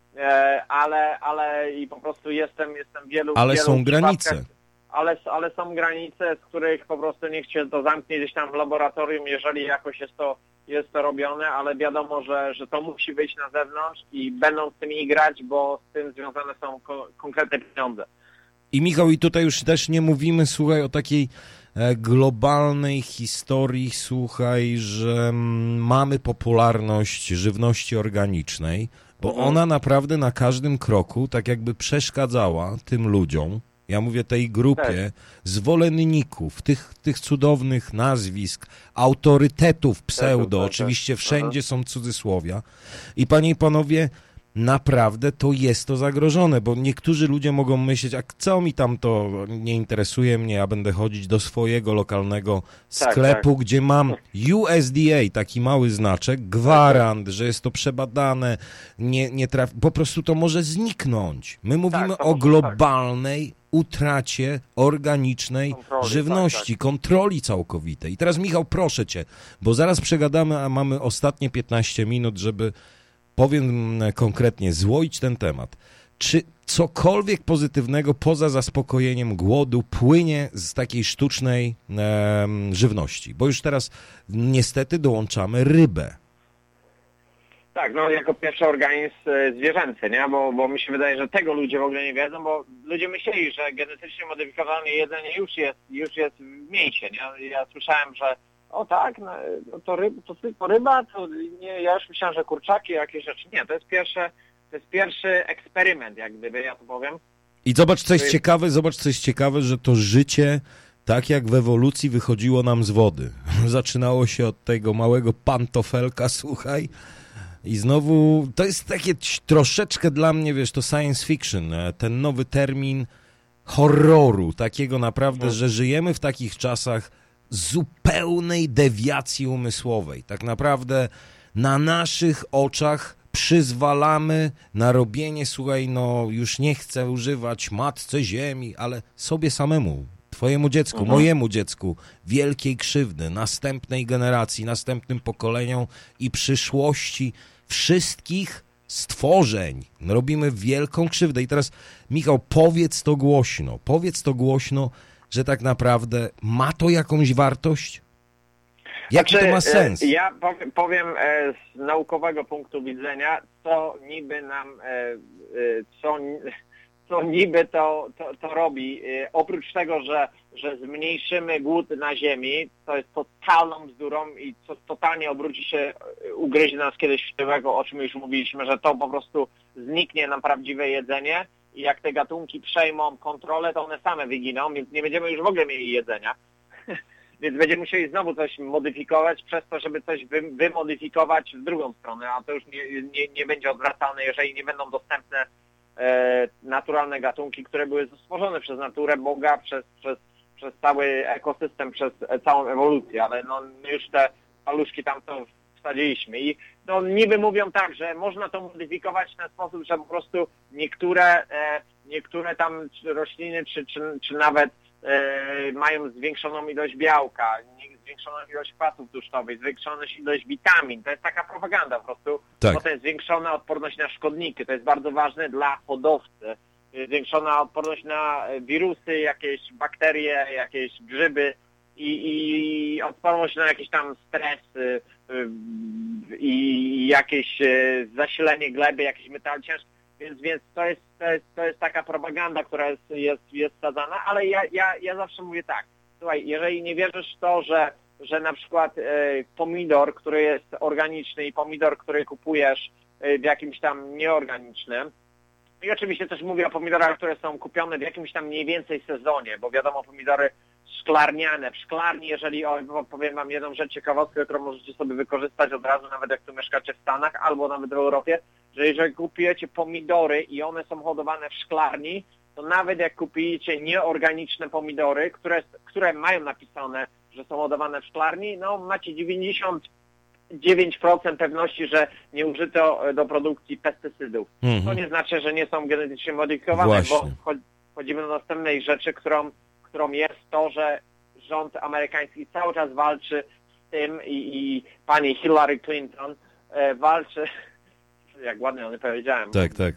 e, ale, ale i po prostu jestem, jestem wielu...
Ale
wielu
są granice.
Ale, ale są granice, z których po prostu niech się to zamknie gdzieś tam w laboratorium, jeżeli jakoś jest to, jest to robione, ale wiadomo, że, że to musi wyjść na zewnątrz i będą z tym grać, bo z tym związane są ko- konkretne pieniądze.
I Michał, i tutaj już też nie mówimy, słuchaj, o takiej e, globalnej historii, słuchaj, że m, mamy popularność żywności organicznej, bo mhm. ona naprawdę na każdym kroku tak jakby przeszkadzała tym ludziom, ja mówię tej grupie tak. zwolenników, tych, tych cudownych nazwisk, autorytetów pseudo, tak, tak, oczywiście tak. wszędzie Aha. są cudzysłowia. I panie i panowie, naprawdę to jest to zagrożone, bo niektórzy ludzie mogą myśleć, a co mi tam to, nie interesuje mnie, ja będę chodzić do swojego lokalnego sklepu, tak, tak. gdzie mam U S D A, taki mały znaczek, gwarant, że jest to przebadane, nie, nie traf... po prostu to może zniknąć. My mówimy tak, o globalnej tak. utracie organicznej kontroli, żywności, tak, tak. kontroli całkowitej. I teraz Michał, proszę cię, bo zaraz przegadamy, a mamy ostatnie piętnaście minut, żeby powiem konkretnie, złoić ten temat. Czy cokolwiek pozytywnego poza zaspokojeniem głodu płynie z takiej sztucznej e, żywności? Bo już teraz niestety dołączamy rybę.
Tak, no jako pierwszy organizm zwierzęcy, nie? Bo, bo mi się wydaje, że tego ludzie w ogóle nie wiedzą, bo ludzie myśleli, że genetycznie modyfikowane jedzenie już jest, już jest w mięsie, nie? Ja słyszałem, że o tak, no, to, ryb, to tylko ryba, to nie, ja już myślałem, że kurczaki, jakieś rzeczy. Nie, to jest pierwsze, to jest pierwszy eksperyment, jak gdyby, ja to powiem.
I zobacz, co jest
jest...
ciekawe, zobacz, co jest ciekawe, że to życie, tak jak w ewolucji, wychodziło nam z wody. Zaczynało się od tego małego pantofelka, słuchaj, i znowu, to jest takie troszeczkę dla mnie, wiesz, to science fiction, ten nowy termin horroru, takiego naprawdę, no. że żyjemy w takich czasach zupełnej dewiacji umysłowej. Tak naprawdę na naszych oczach przyzwalamy na robienie, słuchaj, no już nie chcę używać matce ziemi, ale sobie samemu, twojemu dziecku, mhm. mojemu dziecku, wielkiej krzywdy, następnej generacji, następnym pokoleniom i przyszłości wszystkich stworzeń. Robimy wielką krzywdę. I teraz, Michał, powiedz to głośno, powiedz to głośno, że tak naprawdę ma to jakąś wartość? Jaki znaczy, to ma sens?
Ja powiem z naukowego punktu widzenia, co niby nam, co, co niby to, to, to robi. Oprócz tego, że, że zmniejszymy głód na ziemi, to jest totalną bzdurą i co totalnie obróci się, ugryzie nas kiedyś w tyłego, o czym już mówiliśmy, że to po prostu zniknie nam prawdziwe jedzenie i jak te gatunki przejmą kontrolę, to one same wyginą, więc nie będziemy już w ogóle mieli jedzenia. Więc będziemy musieli znowu coś modyfikować przez to, żeby coś wy, wymodyfikować w drugą stronę, a to już nie, nie, nie będzie odwracalne, jeżeli nie będą dostępne e, naturalne gatunki, które były stworzone przez naturę, Boga, przez, przez, przez cały ekosystem, przez całą ewolucję, ale no my już te paluszki tam to wsadziliśmy i no niby mówią tak, że można to modyfikować w ten sposób, że po prostu niektóre, e, niektóre tam rośliny czy, czy, czy nawet e, mają zwiększoną ilość białka, zwiększoną ilość kwasów tłuszczowych, zwiększoną ilość witamin. To jest taka propaganda po prostu.
Tak.
Potem zwiększona odporność na szkodniki. To jest bardzo ważne dla hodowcy. Zwiększona odporność na wirusy, jakieś bakterie, jakieś grzyby i, i odporność na jakieś tam stres y, y, i jakieś y, zasilenie gleby, jakieś metale ciężkie. Więc, więc to, jest, to, jest, to jest taka propaganda, która jest, jest, jest wsadzana, ale ja, ja, ja zawsze mówię tak, słuchaj, jeżeli nie wierzysz w to, że, że na przykład y, pomidor, który jest organiczny i pomidor, który kupujesz y, w jakimś tam nieorganicznym, i oczywiście też mówię o pomidorach, które są kupione w jakimś tam mniej więcej sezonie, bo wiadomo, pomidory szklarniane, w szklarni, jeżeli, o, powiem wam jedną rzecz, ciekawostkę, którą możecie sobie wykorzystać od razu, nawet jak tu mieszkacie w Stanach albo nawet w Europie, że jeżeli kupujecie pomidory i one są hodowane w szklarni, to nawet jak kupujecie nieorganiczne pomidory, które, które mają napisane, że są hodowane w szklarni, no macie dziewięćdziesiąt dziewięć procent pewności, że nie użyto do produkcji pestycydów. Mhm. To nie znaczy, że nie są genetycznie modyfikowane,
Właśnie.
bo wchodzimy do następnej rzeczy, którą, którą jest to, że rząd amerykański cały czas walczy z tym i, i pani Hillary Clinton e, walczy, jak ładnie o niej powiedziałem.
Tak, tak.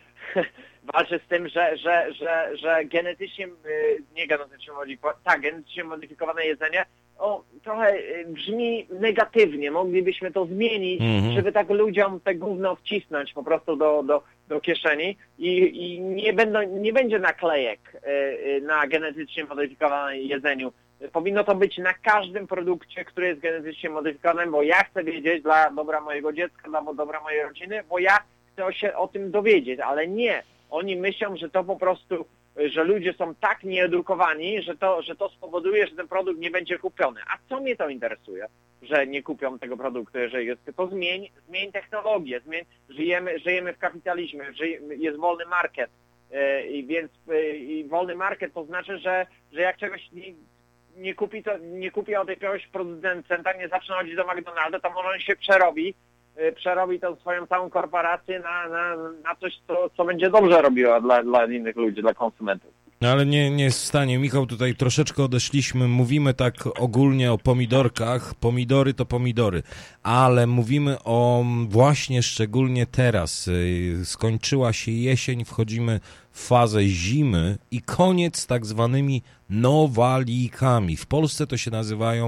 Walczy z tym, że, że, że, że genetycznie, nie genetycznie modyfikowane, tak, genetycznie modyfikowane jedzenie o, trochę brzmi negatywnie, moglibyśmy to zmienić, mm-hmm. żeby tak ludziom te gówno wcisnąć po prostu do, do, do kieszeni i, i nie, będą, nie będzie naklejek y, na genetycznie modyfikowanym jedzeniu. Powinno to być na każdym produkcie, który jest genetycznie modyfikowany, bo ja chcę wiedzieć dla dobra mojego dziecka, dla dobra mojej rodziny, bo ja chcę się o tym dowiedzieć, ale nie. Oni myślą, że to po prostu, że ludzie są tak nieedukowani, że to, że to spowoduje, że ten produkt nie będzie kupiony. A co mnie to interesuje, że nie kupią tego produktu, jeżeli jest, to zmień, zmień technologię, zmień, żyjemy, żyjemy w kapitalizmie, żyjemy, jest wolny market, i więc i wolny market to znaczy, że, że jak czegoś nie, nie kupi, to nie kupi od jakiegoś producenta, nie zacznie chodzić do McDonalda, to może on się przerobi, przerobi tą swoją całą korporację na, na, na coś, co, co będzie dobrze robiła dla, dla innych ludzi, dla konsumentów.
No ale nie, nie jest w stanie. Michał, tutaj troszeczkę odeszliśmy, mówimy tak ogólnie o pomidorkach, pomidory to pomidory, ale mówimy o właśnie szczególnie teraz, skończyła się jesień, wchodzimy w fazę zimy i koniec z tak zwanymi nowalikami. W Polsce to się nazywają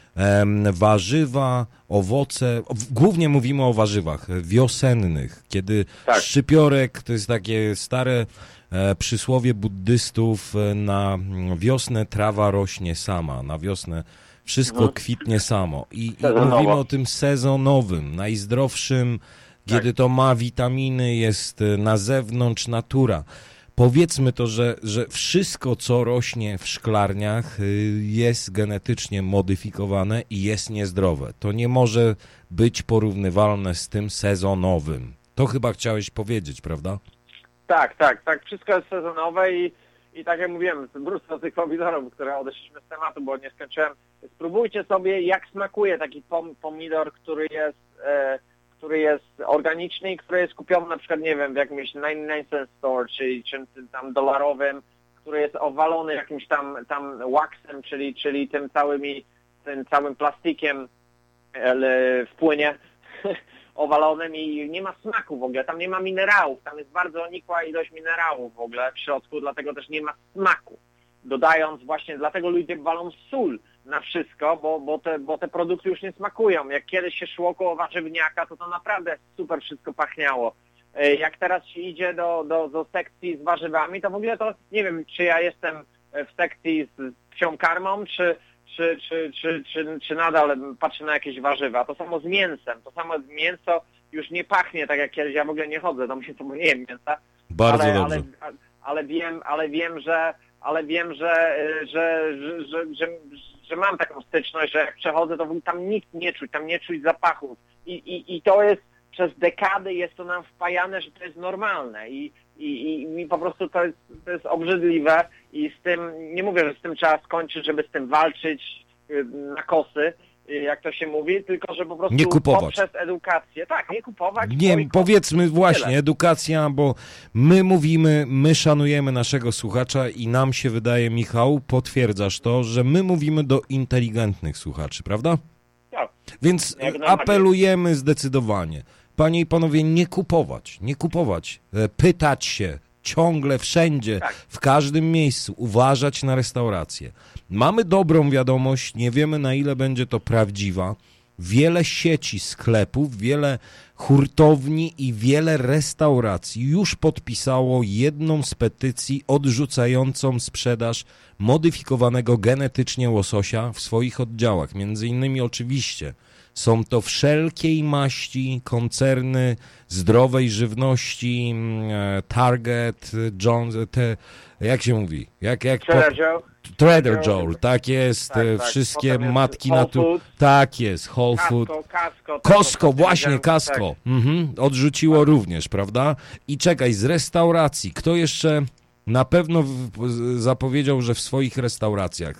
warzywa, owoce, głównie mówimy o warzywach wiosennych, kiedy
tak.
szczypiorek, to jest takie stare e, przysłowie buddystów, na wiosnę trawa rośnie sama, na wiosnę wszystko mhm. kwitnie samo. I, i mówimy o tym sezonowym, najzdrowszym, tak. kiedy to ma witaminy, jest na zewnątrz natura. Powiedzmy to, że, że wszystko, co rośnie w szklarniach, jest genetycznie modyfikowane i jest niezdrowe. To nie może być porównywalne z tym sezonowym. To chyba chciałeś powiedzieć, prawda?
Tak, tak, tak. Wszystko jest sezonowe i, i tak jak mówiłem, mnóstwo tych pomidorów, które odeszliśmy z tematu, bo nie skończyłem. Spróbujcie sobie, jak smakuje taki pom pomidor, który jest... E, który jest organiczny i który jest kupiony na przykład, nie wiem, w jakimś ninety-nine cent store, czyli czymś tam dolarowym, który jest owalony jakimś tam, tam waxem, czyli, czyli tym całymi, tym całym plastikiem w płynie owalonym i nie ma smaku w ogóle, tam nie ma minerałów, tam jest bardzo nikła ilość minerałów w ogóle w środku, dlatego też nie ma smaku. Dodając właśnie, dlatego ludzie walą sól na wszystko, bo, bo, te, bo te produkty już nie smakują. Jak kiedyś się szło koło warzywniaka, to to naprawdę super wszystko pachniało. Jak teraz się idzie do, do, do sekcji z warzywami, to w ogóle to nie wiem, czy ja jestem w sekcji z psią karmą, czy, czy, czy, czy, czy, czy nadal patrzę na jakieś warzywa. To samo z mięsem. To samo z mięso już nie pachnie tak jak kiedyś. Ja w ogóle nie chodzę do mięsa, bo nie jem mięsa.
Bardzo
ale,
dobrze.
Ale, ale, wiem, ale wiem, że ale wiem, że, że, że, że, że, że mam taką styczność, że jak przechodzę, to tam nic nie czuć, tam nie czuć zapachów. I, i, i to jest, przez dekady jest to nam wpajane, że to jest normalne i, i, i po prostu to jest, to jest obrzydliwe i z tym, nie mówię, że z tym trzeba skończyć, żeby z tym walczyć na kosy, jak to się mówi, tylko że po prostu
nie kupować.
Poprzez edukację. Tak, nie kupować.
Nie, powiedzmy właśnie, tyle. Edukacja, bo my mówimy, my szanujemy naszego słuchacza i nam się wydaje, Michał, potwierdzasz to, że my mówimy do inteligentnych słuchaczy, prawda?
Tak.
Więc apelujemy zdecydowanie. Panie i panowie, nie kupować, nie kupować, pytać się ciągle, wszędzie,
tak.
w każdym miejscu, uważać na restaurację. Mamy dobrą wiadomość, nie wiemy na ile będzie to prawdziwa. Wiele sieci sklepów, wiele hurtowni i wiele restauracji już podpisało jedną z petycji odrzucającą sprzedaż modyfikowanego genetycznie łososia w swoich oddziałach. Między innymi oczywiście są to wszelkiej maści koncerny zdrowej żywności, Target, Jones, te, jak się mówi? Jak, jak
Trader Joe.
Trader Joe, tak jest, tak, tak. Wszystkie
Potem
matki
Whole
natury. Tak jest, Whole Food.
Costco,
Costco, właśnie Costco. Tak. Mhm. Odrzuciło tak. również, prawda? I czekaj, z restauracji. Kto jeszcze na pewno zapowiedział, że w swoich restauracjach?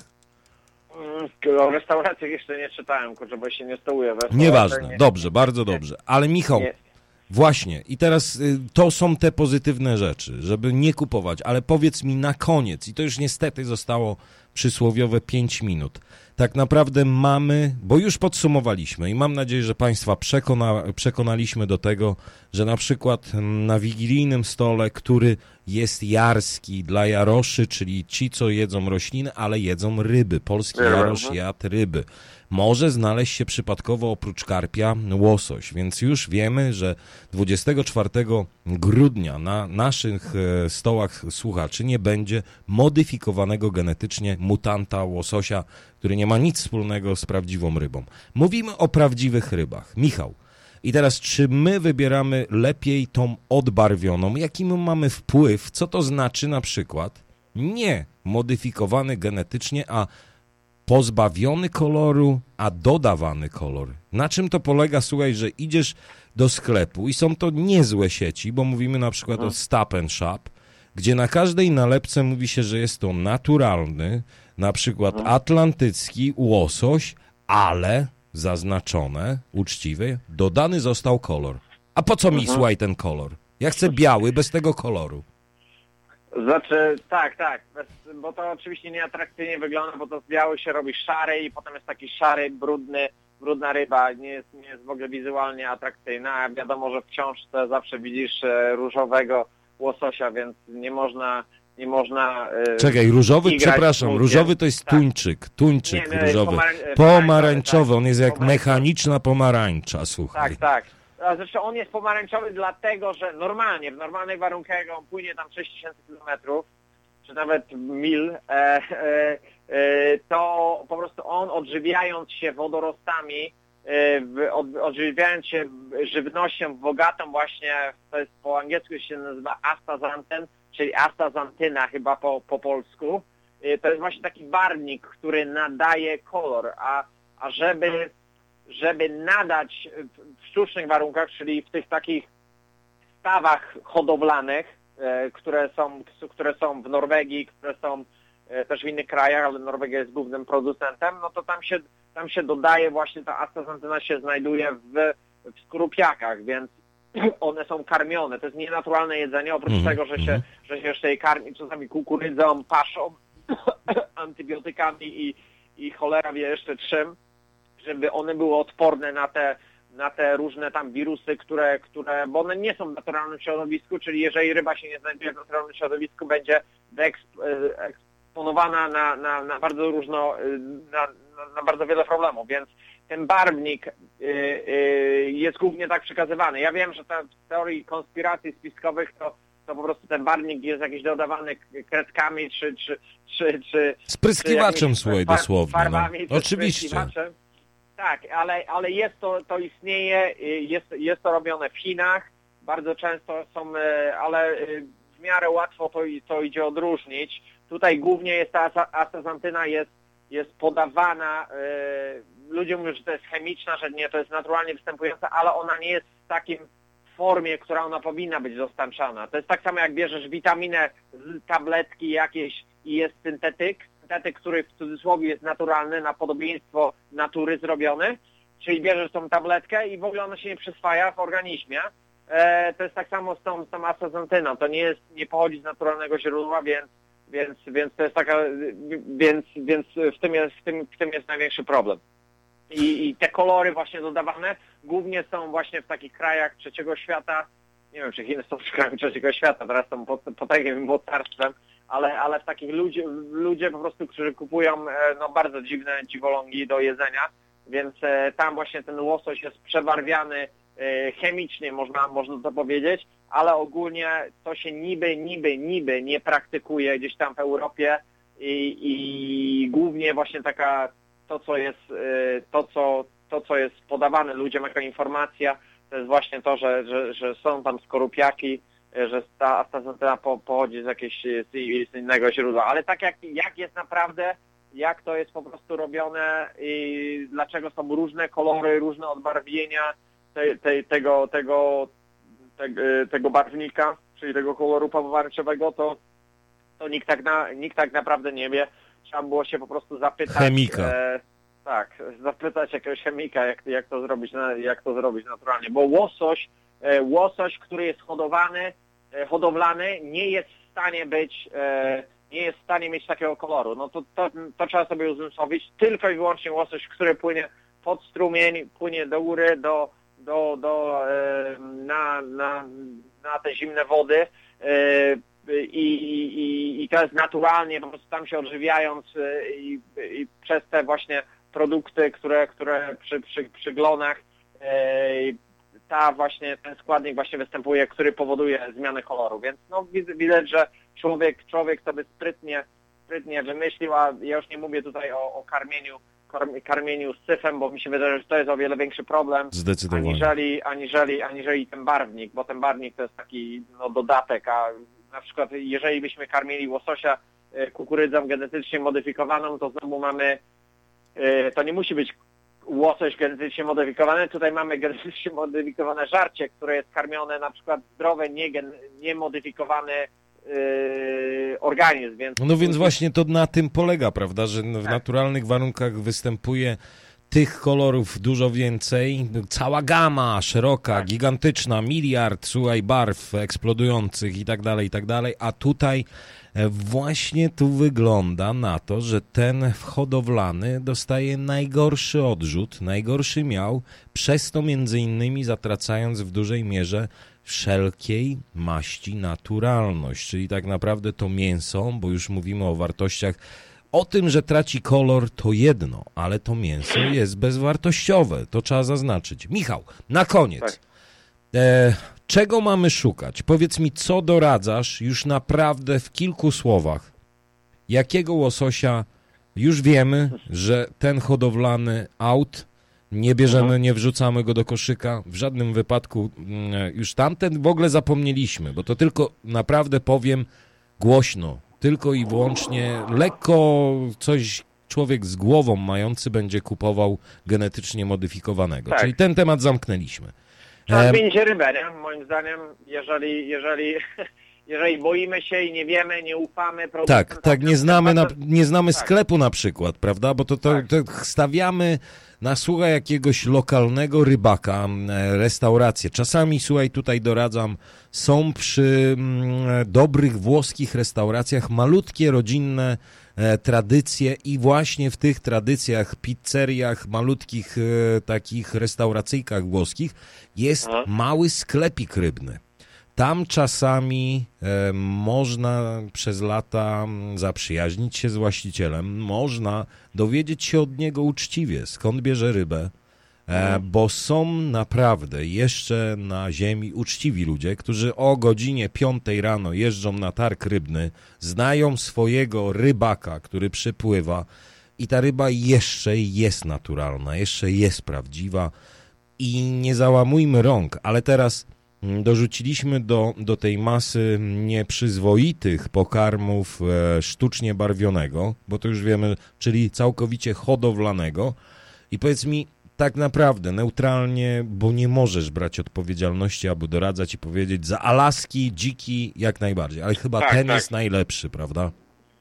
O restauracjach jeszcze nie czytałem, kurczę, bo się nie stołuję.
Nieważne, nie, dobrze, bardzo dobrze. Ale Michał, nie. Właśnie, i teraz y, to są te pozytywne rzeczy, żeby nie kupować, ale powiedz mi na koniec, i to już niestety zostało przysłowiowe pięć minut, tak naprawdę mamy, bo już podsumowaliśmy i mam nadzieję, że Państwa przekona, przekonaliśmy do tego, że na przykład na wigilijnym stole, który jest jarski dla jaroszy, czyli ci, co jedzą rośliny, ale jedzą ryby, polski jarosz jadł ryby, może znaleźć się przypadkowo oprócz karpia łosoś, więc już wiemy, że dwudziestego czwartego grudnia na naszych stołach słuchaczy nie będzie modyfikowanego genetycznie mutanta łososia, który nie ma nic wspólnego z prawdziwą rybą. Mówimy o prawdziwych rybach. Michał, i teraz czy my wybieramy lepiej tą odbarwioną? Jaki my mamy wpływ? Co to znaczy na przykład nie modyfikowany genetycznie, a pozbawiony koloru, a dodawany kolor? Na czym to polega? Słuchaj, że idziesz do sklepu i są to niezłe sieci, bo mówimy na przykład o Stop and Shop, gdzie na każdej nalepce mówi się, że jest to naturalny, na przykład atlantycki łosoś, ale zaznaczone, uczciwy, dodany został kolor. A po co mi, mhm. słuchaj, ten kolor? Ja chcę biały, bez tego koloru.
Znaczy, tak, tak, bez, bo to oczywiście nieatrakcyjnie wygląda, bo to z biały się robi szary i potem jest taki szary, brudny, brudna ryba, nie jest, nie jest w ogóle wizualnie atrakcyjna, a wiadomo, że w książce zawsze widzisz różowego łososia, więc nie można nie można... E,
Czekaj, różowy, przepraszam, różowy to jest tak. tuńczyk, tuńczyk nie, różowy. Pomarań- pomarańczowy, on jest jak mechaniczna pomarańcza, słuchaj.
Tak, tak. A zresztą on jest pomarańczowy dlatego, że normalnie, w normalnych warunkach, jak on płynie tam sześć tysięcy kilometrów, czy nawet mil, e, e, e, to po prostu on odżywiając się wodorostami, e, w, od, odżywiając się żywnością bogatą właśnie, to jest po angielsku się nazywa astaxanthin, czyli astaxantyna chyba po, po polsku, e, to jest właśnie taki barwnik, który nadaje kolor, a, a żeby, żeby nadać w sztucznych warunkach, czyli w tych takich stawach hodowlanych, które są, które są w Norwegii, które są też w innych krajach, ale Norwegia jest głównym producentem, no to tam się, tam się dodaje właśnie, ta astaxantyna się znajduje w, w skorupiakach, więc one są karmione. To jest nienaturalne jedzenie, oprócz mm-hmm. tego, że się, że się jeszcze je karmi czasami kukurydzą, paszą, antybiotykami i, i cholera wie jeszcze czym, żeby one były odporne na te na te różne tam wirusy, które, które, bo one nie są w naturalnym środowisku, czyli jeżeli ryba się nie znajduje w naturalnym środowisku, będzie wyeksponowana na, na, na bardzo różno, na, na, na bardzo wiele problemów, więc ten barwnik y, y, jest głównie tak przekazywany. Ja wiem, że ta, w teorii konspiracji spiskowych to, to po prostu ten barwnik jest jakiś dodawany kredkami, czy, czy, czy, czy
spryskiwaczem, słuchaj,
far,
dosłownie.
Farbami,
no. Oczywiście.
Tak, ale, ale jest to, to istnieje, jest, jest to robione w Chinach, bardzo często są, ale w miarę łatwo to, to idzie odróżnić. Tutaj głównie jest ta astaxantyna jest, jest podawana, ludzie mówią, że to jest chemiczna, że nie, to jest naturalnie występująca, ale ona nie jest w takim formie, która ona powinna być dostarczana. To jest tak samo jak bierzesz witaminę z tabletki jakieś i jest syntetyk, syntetyk, który w cudzysłowie jest naturalny, na podobieństwo natury zrobiony, czyli bierzesz tą tabletkę i w ogóle ona się nie przyswaja w organizmie. E, to jest tak samo z tą, z tą astaxantyną. To nie jest, nie pochodzi z naturalnego źródła, więc, więc, więc to jest taka, więc, więc w tym jest, w tym, w tym jest największy problem. I, I te kolory właśnie dodawane głównie są właśnie w takich krajach trzeciego świata. Nie wiem, czy Chiny są w kraju trzeciego świata, teraz są pod, potęgiem i mocarstwem, ale, ale w takich ludzie, ludzie po prostu, którzy kupują no, bardzo dziwne dziwolągi do jedzenia, więc e, tam właśnie ten łosoś jest przebarwiany e, chemicznie, można, można to powiedzieć, ale ogólnie to się niby, niby, niby nie praktykuje gdzieś tam w Europie i, i głównie właśnie taka to, co jest, e, to, co, to, co jest podawane ludziom jako informacja, to jest właśnie to, że, że, że są tam skorupiaki, że ta astaxantyna po, pochodzi z jakiegoś z innego źródła. Ale tak jak, jak jest naprawdę, jak to jest po prostu robione i dlaczego są różne kolory, różne odbarwienia te, te, tego, tego, te, tego barwnika, czyli tego koloru pomarańczowego, to, to nikt, tak na, nikt tak naprawdę nie wie. Trzeba było się po prostu zapytać.
Chemika.
E, tak, zapytać jakiegoś chemika, jak, jak, to zrobić, jak to zrobić naturalnie. Bo łosoś, e, łosoś, który jest hodowany, e, hodowlany, nie jest w stanie być, e, nie jest w stanie mieć takiego koloru. No to, to, to trzeba sobie uzmysłowić. Tylko i wyłącznie łosoś, który płynie pod strumień, płynie do góry, do, do, do, e, na, na, na te zimne wody, e, I, i, i to jest naturalnie, po prostu tam się odżywiając i, i przez te właśnie produkty, które, które przy, przy, przy glonach e, ta właśnie, ten składnik właśnie występuje, który powoduje zmianę koloru, więc no widać, że człowiek, człowiek sobie sprytnie, sprytnie wymyślił, a ja już nie mówię tutaj o, o karmieniu, karmieniu z syfem, bo mi się wydaje, że to jest o wiele większy problem, aniżeli, aniżeli, aniżeli ten barwnik, bo ten barwnik to jest taki no, dodatek, a na przykład jeżeli byśmy karmili łososia kukurydzą genetycznie modyfikowaną, to znowu mamy, to nie musi być łosoś genetycznie modyfikowany, tutaj mamy genetycznie modyfikowane żarcie, które jest karmione na przykład zdrowe, niemodyfikowany yy, organizm. Więc...
No więc właśnie to na tym polega, prawda, że w tak. naturalnych warunkach występuje tych kolorów dużo więcej, cała gama szeroka, tak. gigantyczna, miliard, słuchaj, barw eksplodujących i tak dalej, i tak dalej, a tutaj właśnie tu wygląda na to, że ten hodowlany dostaje najgorszy odrzut, najgorszy miał, przez to między innymi zatracając w dużej mierze wszelkiej maści naturalność, czyli tak naprawdę to mięso, bo już mówimy o wartościach, o tym, że traci kolor to jedno, ale to mięso jest bezwartościowe, to trzeba zaznaczyć. Michał, na koniec,
Tak.
e, czego mamy szukać? Powiedz mi, co doradzasz już naprawdę w kilku słowach, jakiego łososia już wiemy, że ten hodowlany out, nie bierzemy, nie wrzucamy go do koszyka, w żadnym wypadku już tamten w ogóle zapomnieliśmy, bo to tylko naprawdę powiem głośno, tylko i wyłącznie lekko coś człowiek z głową mający będzie kupował genetycznie modyfikowanego.
Tak.
Czyli ten temat zamknęliśmy.
Trzeba zmienić rybę, nie? Moim zdaniem, jeżeli, jeżeli, jeżeli boimy się i nie wiemy, nie ufamy...
Tak, tak, nie znamy, na, nie znamy
tak.
sklepu na przykład, prawda? Bo to, to,
Tak.
to stawiamy na, słuchaj, jakiegoś lokalnego rybaka, restaurację. Czasami, słuchaj, tutaj doradzam, są przy mm, dobrych włoskich restauracjach malutkie, rodzinne e, tradycje i właśnie w tych tradycjach, pizzeriach, malutkich e, takich restauracyjkach włoskich jest
Aha.
mały sklepik rybny. Tam czasami e, można przez lata zaprzyjaźnić się z właścicielem, można dowiedzieć się od niego uczciwie, skąd bierze rybę, e, bo są naprawdę jeszcze na ziemi uczciwi ludzie, którzy o godzinie piątej rano jeżdżą na targ rybny, znają swojego rybaka, który przypływa i ta ryba jeszcze jest naturalna, jeszcze jest prawdziwa i nie załamujmy rąk, ale teraz... dorzuciliśmy do, do tej masy nieprzyzwoitych pokarmów e, sztucznie barwionego, bo to już wiemy, czyli całkowicie hodowlanego. I powiedz mi tak naprawdę, neutralnie, bo nie możesz brać odpowiedzialności, aby doradzać i powiedzieć za Alaski, dziki jak najbardziej, ale chyba
Tak,
ten
tak.
jest najlepszy, prawda?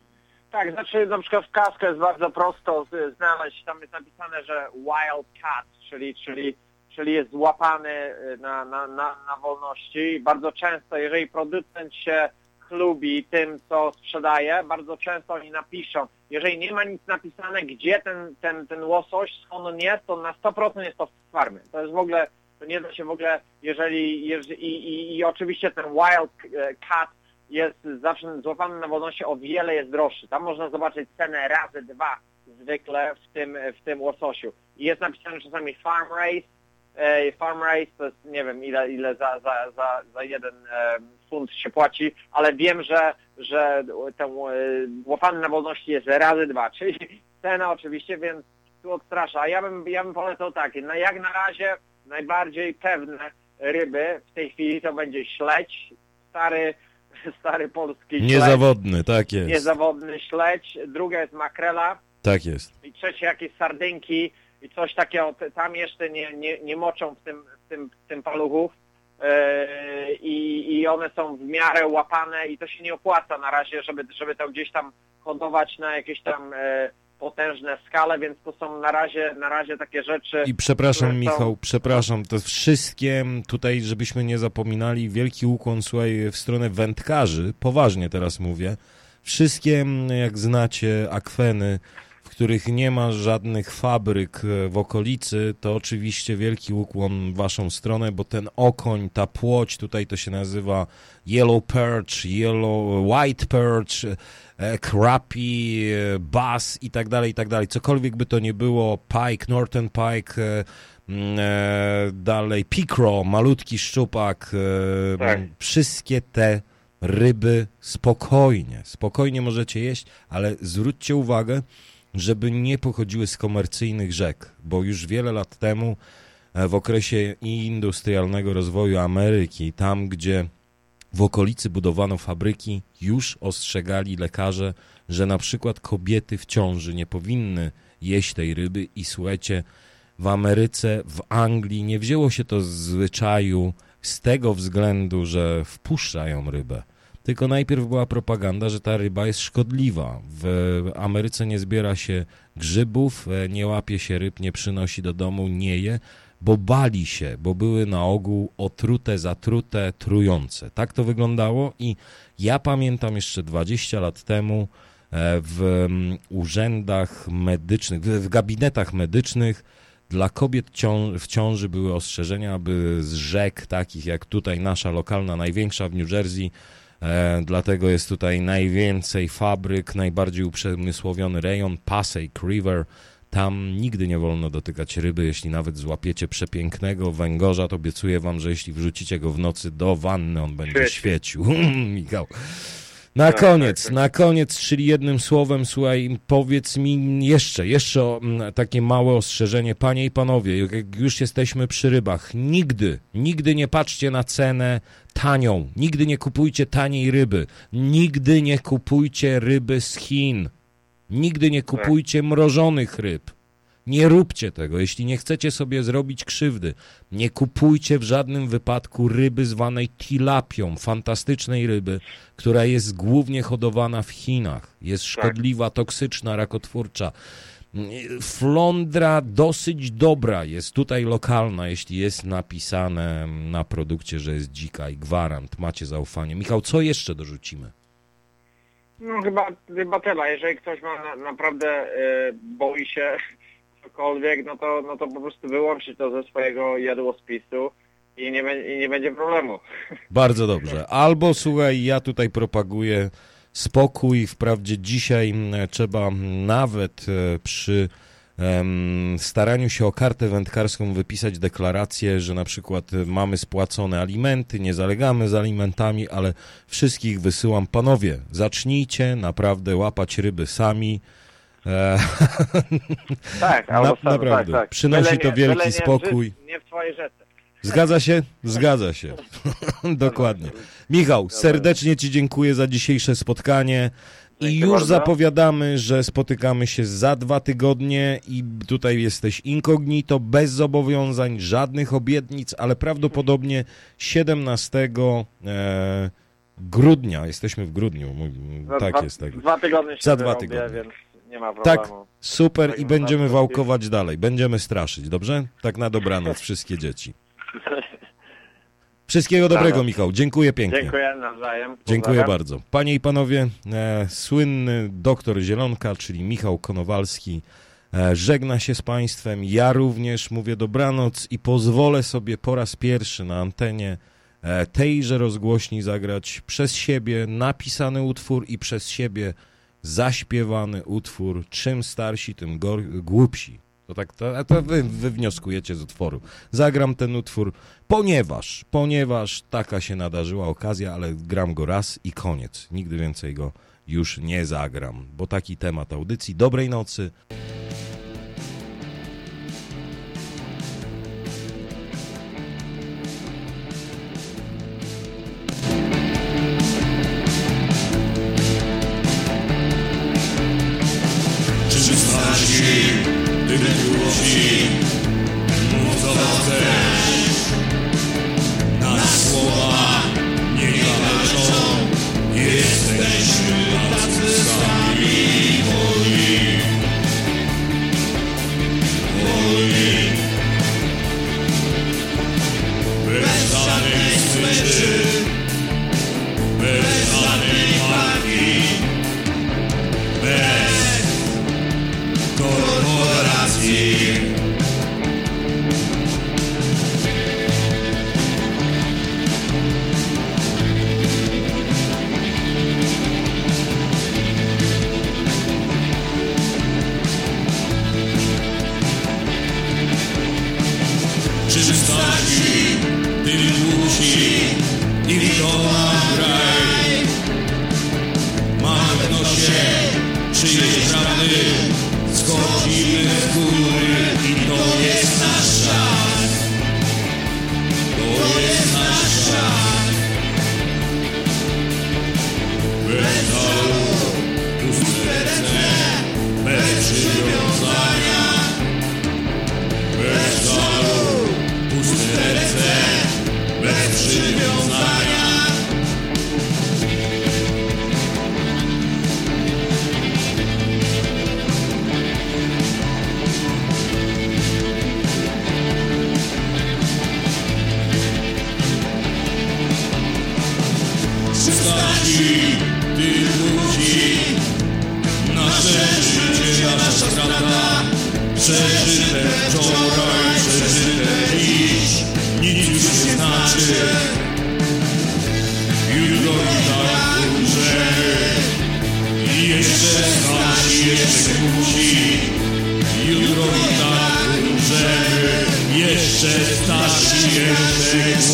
Tak, znaczy na przykład w kasku jest bardzo prosto z- znaleźć, tam jest napisane, że wild cat, czyli, czyli, czyli jest złapany na, na, na, na wolności i bardzo często, jeżeli producent się chlubi tym, co sprzedaje, bardzo często oni napiszą, jeżeli nie ma nic napisane, gdzie ten, ten, ten łosoś, skąd on jest, to na sto procent jest to z farmy. To jest w ogóle, to nie da się w ogóle, jeżeli, jeżeli i, i, i oczywiście ten wild cat jest zawsze złapany na wolności, o wiele jest droższy. Tam można zobaczyć cenę razy dwa zwykle w tym, w tym łososiu. I jest napisane czasami farm race. E, farm race to jest, nie wiem ile, ile za, za, za, za jeden e, funt się płaci, ale wiem, że, że ten e, łapany na wolności jest razy dwa, czyli cena oczywiście, więc tu odstrasza. A ja bym, ja bym polecał tak, no jak na razie najbardziej pewne ryby w tej chwili to będzie śledź, stary stary polski śledź.
Niezawodny, tak jest.
Niezawodny śledź. Druga jest makrela.
Tak jest.
I trzecia jakieś sardynki i coś takiego. Tam jeszcze nie, nie, nie moczą w tym, w tym, w tym paluchów. Yy, i, I one są w miarę łapane i to się nie opłaca na razie, żeby, żeby to gdzieś tam hodować na jakieś tam yy, potężne skale, więc to są na razie, na razie takie rzeczy.
I przepraszam,
są...
Michał, przepraszam, to wszystkie tutaj, żebyśmy nie zapominali, wielki ukłon, słuchaj, w stronę wędkarzy, poważnie teraz mówię, wszystkie, jak znacie, akweny, w których nie ma żadnych fabryk w okolicy, to oczywiście wielki ukłon w waszą stronę, bo ten okoń, ta płoć, tutaj to się nazywa yellow perch, yellow, white perch, crappie, bass i tak dalej, i tak dalej. Cokolwiek by to nie było, pike, northern pike, e, dalej pickerel, malutki szczupak, e,
Tak.
wszystkie te ryby spokojnie, spokojnie możecie jeść, ale zwróćcie uwagę, żeby nie pochodziły z komercyjnych rzek, bo już wiele lat temu w okresie industrialnego rozwoju Ameryki, tam gdzie w okolicy budowano fabryki, już ostrzegali lekarze, że na przykład kobiety w ciąży nie powinny jeść tej ryby i słuchajcie, w Ameryce, w Anglii nie wzięło się to z zwyczaju z tego względu, że wpuszczają rybę. Tylko najpierw była propaganda, że ta ryba jest szkodliwa. W Ameryce nie zbiera się grzybów, nie łapie się ryb, nie przynosi do domu, nie je, bo bali się, bo były na ogół otrute, zatrute, trujące. Tak to wyglądało i ja pamiętam jeszcze dwadzieścia lat temu w urzędach medycznych, w gabinetach medycznych Dla kobiet cią- w ciąży były ostrzeżenia, aby z rzek takich jak tutaj nasza lokalna, największa w New Jersey, e, dlatego jest tutaj najwięcej fabryk, najbardziej uprzemysłowiony rejon, Passaic River. Tam nigdy nie wolno dotykać ryby, jeśli nawet złapiecie przepięknego węgorza, to obiecuję wam, że jeśli wrzucicie go w nocy do wanny, on będzie
Świeci.
świecił. Michał. Na
Tak,
koniec,
tak, tak.
na koniec, czyli jednym słowem, słuchaj, powiedz mi jeszcze, jeszcze o, m, takie małe ostrzeżenie. Panie i panowie, jak już jesteśmy przy rybach, nigdy, nigdy nie patrzcie na cenę tanią, nigdy nie kupujcie taniej ryby, nigdy nie kupujcie ryby z Chin, nigdy nie kupujcie mrożonych ryb. Nie róbcie tego, jeśli nie chcecie sobie zrobić krzywdy. Nie kupujcie w żadnym wypadku ryby zwanej tilapią, fantastycznej ryby, która jest głównie hodowana w Chinach. Jest szkodliwa, toksyczna, rakotwórcza. Flądra dosyć dobra jest tutaj lokalna, jeśli jest napisane na produkcie, że jest dzika i gwarant. Macie zaufanie. Michał, co jeszcze dorzucimy?
No chyba, chyba tyle. Jeżeli ktoś ma na, naprawdę y, boi się cokolwiek, no to, no to po prostu wyłączy to ze swojego jadłospisu i nie, be, i nie będzie problemu.
Bardzo dobrze. Albo słuchaj, ja tutaj propaguję spokój. Wprawdzie dzisiaj m, trzeba nawet e, przy em, staraniu się o kartę wędkarską wypisać deklarację, że na przykład mamy spłacone alimenty, nie zalegamy z alimentami, ale wszystkich wysyłam. Panowie, zacznijcie naprawdę łapać ryby sami. E,
Tak, albo
Na-
sam,
naprawdę.
tak, tak.
Przynosi
Byle
to
nie-
wielki
byle nie w
spokój.
ży- Nie w twojej rzece.
Zgadza się? Zgadza się. Dokładnie. Michał, serdecznie ci dziękuję za dzisiejsze spotkanie i
Dziękuję
już
bardzo.
zapowiadamy, że spotykamy się za dwa tygodnie i tutaj jesteś incognito, bez zobowiązań, żadnych obietnic, ale prawdopodobnie siedemnastego e, grudnia, jesteśmy w grudniu, mój,
Za
tak
dwa,
jest tego.
Dwa tygodnie się
Za dwa
wyrobię,
tygodnie.
więc nie ma
Tak,
problemu.
super
Tak,
i
no,
będziemy
tak,
wałkować dalej, będziemy straszyć, dobrze? Tak na dobranoc wszystkie dzieci. Wszystkiego dobrego, Michał. Dziękuję pięknie.
Dziękuję nawzajem.
Dziękuję
Pozdrawiam.
bardzo. Panie i panowie, e, słynny doktor Zielonka, czyli Michał Konowalski, e, żegna się z państwem. Ja również mówię dobranoc i pozwolę sobie po raz pierwszy na antenie e, tejże rozgłośni zagrać przez siebie napisany utwór i przez siebie zaśpiewany utwór. Czym starsi, tym gor- głupsi. To tak, to, to wy, wy wnioskujecie z utworu. Zagram ten utwór, ponieważ, ponieważ taka się nadarzyła okazja, ale gram go raz i koniec. Nigdy więcej go już nie zagram, bo taki temat audycji. Dobrej nocy.
Czy starsi, gdy miłości, mów co chcesz. Na słowa nie walczą, jesteśmy tacy sami wolni. Wolni. Bez żadnej smyczy, bez żadnej walki, bez korporacji. Czy starsi, ty musi i to nagraj. Mamy w nosie czyjeś prawdy, schodzimy z góry i to jest nasz czas. To jest nasz czas. Bez żalu, puste ręce, bez przywiązania. Bez żalu, puste ręce, bez przywiązania. Czy starsi, ty ludzi, nasze życie, nasza strata, przeżyte wczoraj. kieszeń